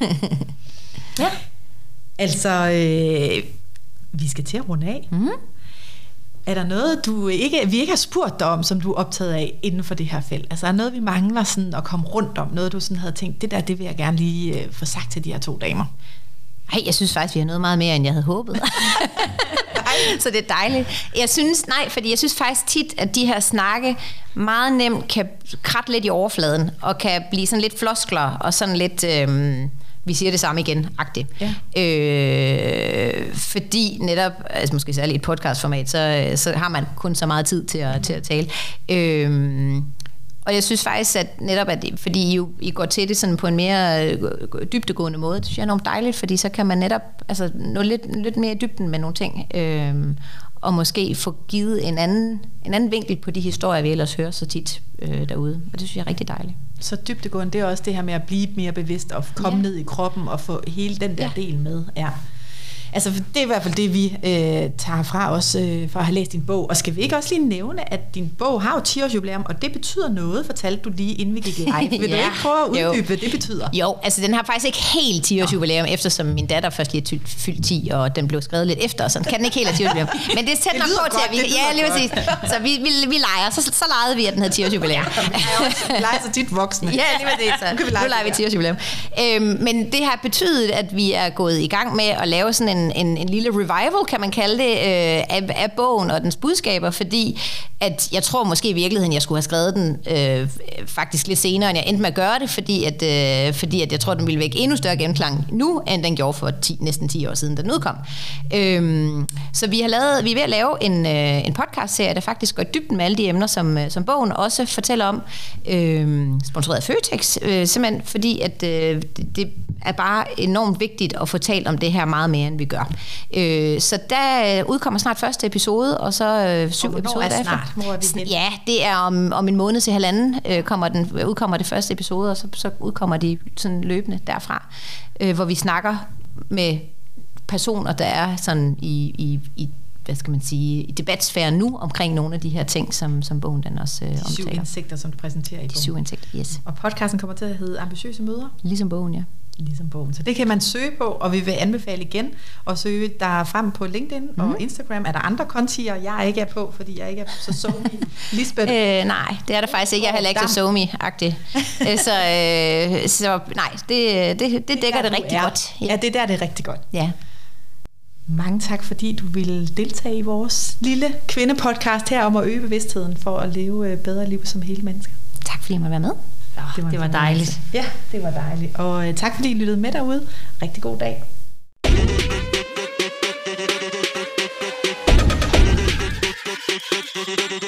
Ja. Altså, øh, vi skal til at runde af. Mm. Er der noget, du ikke, vi ikke har spurgt dig om, som du er optaget af inden for det her felt? Altså, er der noget, vi mangler sådan at komme rundt om? Noget, du sådan havde tænkt, det der, det vil jeg gerne lige øh, få sagt til de her to damer? Hey, jeg synes faktisk, vi har noget meget mere, end jeg havde håbet. så det er dejligt. Jeg synes, nej, fordi jeg synes faktisk tit, at de her snakke meget nemt kan kratte lidt i overfladen, og kan blive sådan lidt floskler, og sådan lidt, øhm, vi siger det samme igen-agtigt. Ja. Øh, fordi netop, altså måske særligt i et podcastformat, så, så har man kun så meget tid til at, til at tale. Øh, Og jeg synes faktisk, at netop, at fordi I, jo, I går til det sådan på en mere dybdegående måde, det synes jeg er enormt dejligt, fordi så kan man netop altså, nå lidt, lidt mere i dybden med nogle ting, øh, og måske få givet en anden, en anden vinkel på de historier, vi ellers hører så tit øh, derude. Og det synes jeg er rigtig dejligt. Så dybdegående, det er også det her med at blive mere bevidst og komme ja. ned i kroppen og få hele den der ja. del med. Ja. Altså, det er i hvert fald det, vi øh, tager fra os øh, for at have læst din bog. Og skal vi ikke også lige nævne, at din bog har jo ti års jubilæum, og det betyder noget, fortalte du lige, inden vi gik live. Vil ja. du ikke prøve at uddybe, jo. hvad det betyder? Jo, altså den har faktisk ikke helt ti års jubilæum, eftersom min datter først lige er fyldt ti, og den blev skrevet lidt efter, så kan den ikke helt have ti års jubilæum. Men det er tæt nok på til, at vi... Ja, lige præcis. Så vi, vi, vi leger, så, så legede vi, at den havde ti års jubilæum. Vi leger så tit voksne. Ja, lige præcis. Så. Nu, nu leger vi ti års jubilæum. Øhm, men det har betydet, at vi er gået i gang med at lave sådan en, en, en lille revival, kan man kalde det, øh, af, af bogen og dens budskaber, fordi at jeg tror måske i virkeligheden, jeg skulle have skrevet den øh, faktisk lidt senere, end jeg endte med at gøre det, fordi at, øh, fordi at jeg tror, den ville vække endnu større genklang nu, end den gjorde for ti, næsten ti år siden, den udkom. Øhm, så vi har lavet, vi er ved at lave en, øh, en podcast-serie, der faktisk går i dybden med alle de emner, som, som bogen også fortæller om, øh, sponsoreret af Føtex, øh, simpelthen fordi, at øh, det, det er bare enormt vigtigt at få talt om det her meget mere, end vi gør. Øh, så der udkommer snart første episode, og så øh, syv episoder derefter. Hvor er vi ja, det er om, om en måned til halvanden, øh, kommer den, udkommer det første episode, og så, så udkommer de sådan løbende derfra, øh, hvor vi snakker med personer, der er sådan i, i, i hvad skal man sige, i debatsfæren nu omkring nogle af de her ting, som, som bogen den også øh, omtaler. Syv indsigter, som du præsenterer i bogen. Syv indsigter, yes. Og podcasten kommer til at hedde Ambitiøse Mødre. Ligesom bogen, ja. Ligesom bogen. Så det kan man søge på, og vi vil anbefale igen at søge der frem på LinkedIn mm. og Instagram. Er der andre kontier, jeg ikke er på, fordi jeg ikke er så somi? Lisbeth? Øh, nej, det er der faktisk ikke. Jeg er heller ikke så somi-agtig. så, øh, så nej, det, det, det, det dækker det rigtig er. godt. Ja. ja, det der det er rigtig godt. Ja. Mange tak, fordi du ville deltage i vores lille kvindepodcast her om at øge bevidstheden for at leve bedre liv som hele mennesker. Tak fordi jeg måtte være med. Ja, det var, det var dejligt. Ja, det var dejligt. Og uh, tak fordi I lyttede med derude. Rigtig god dag.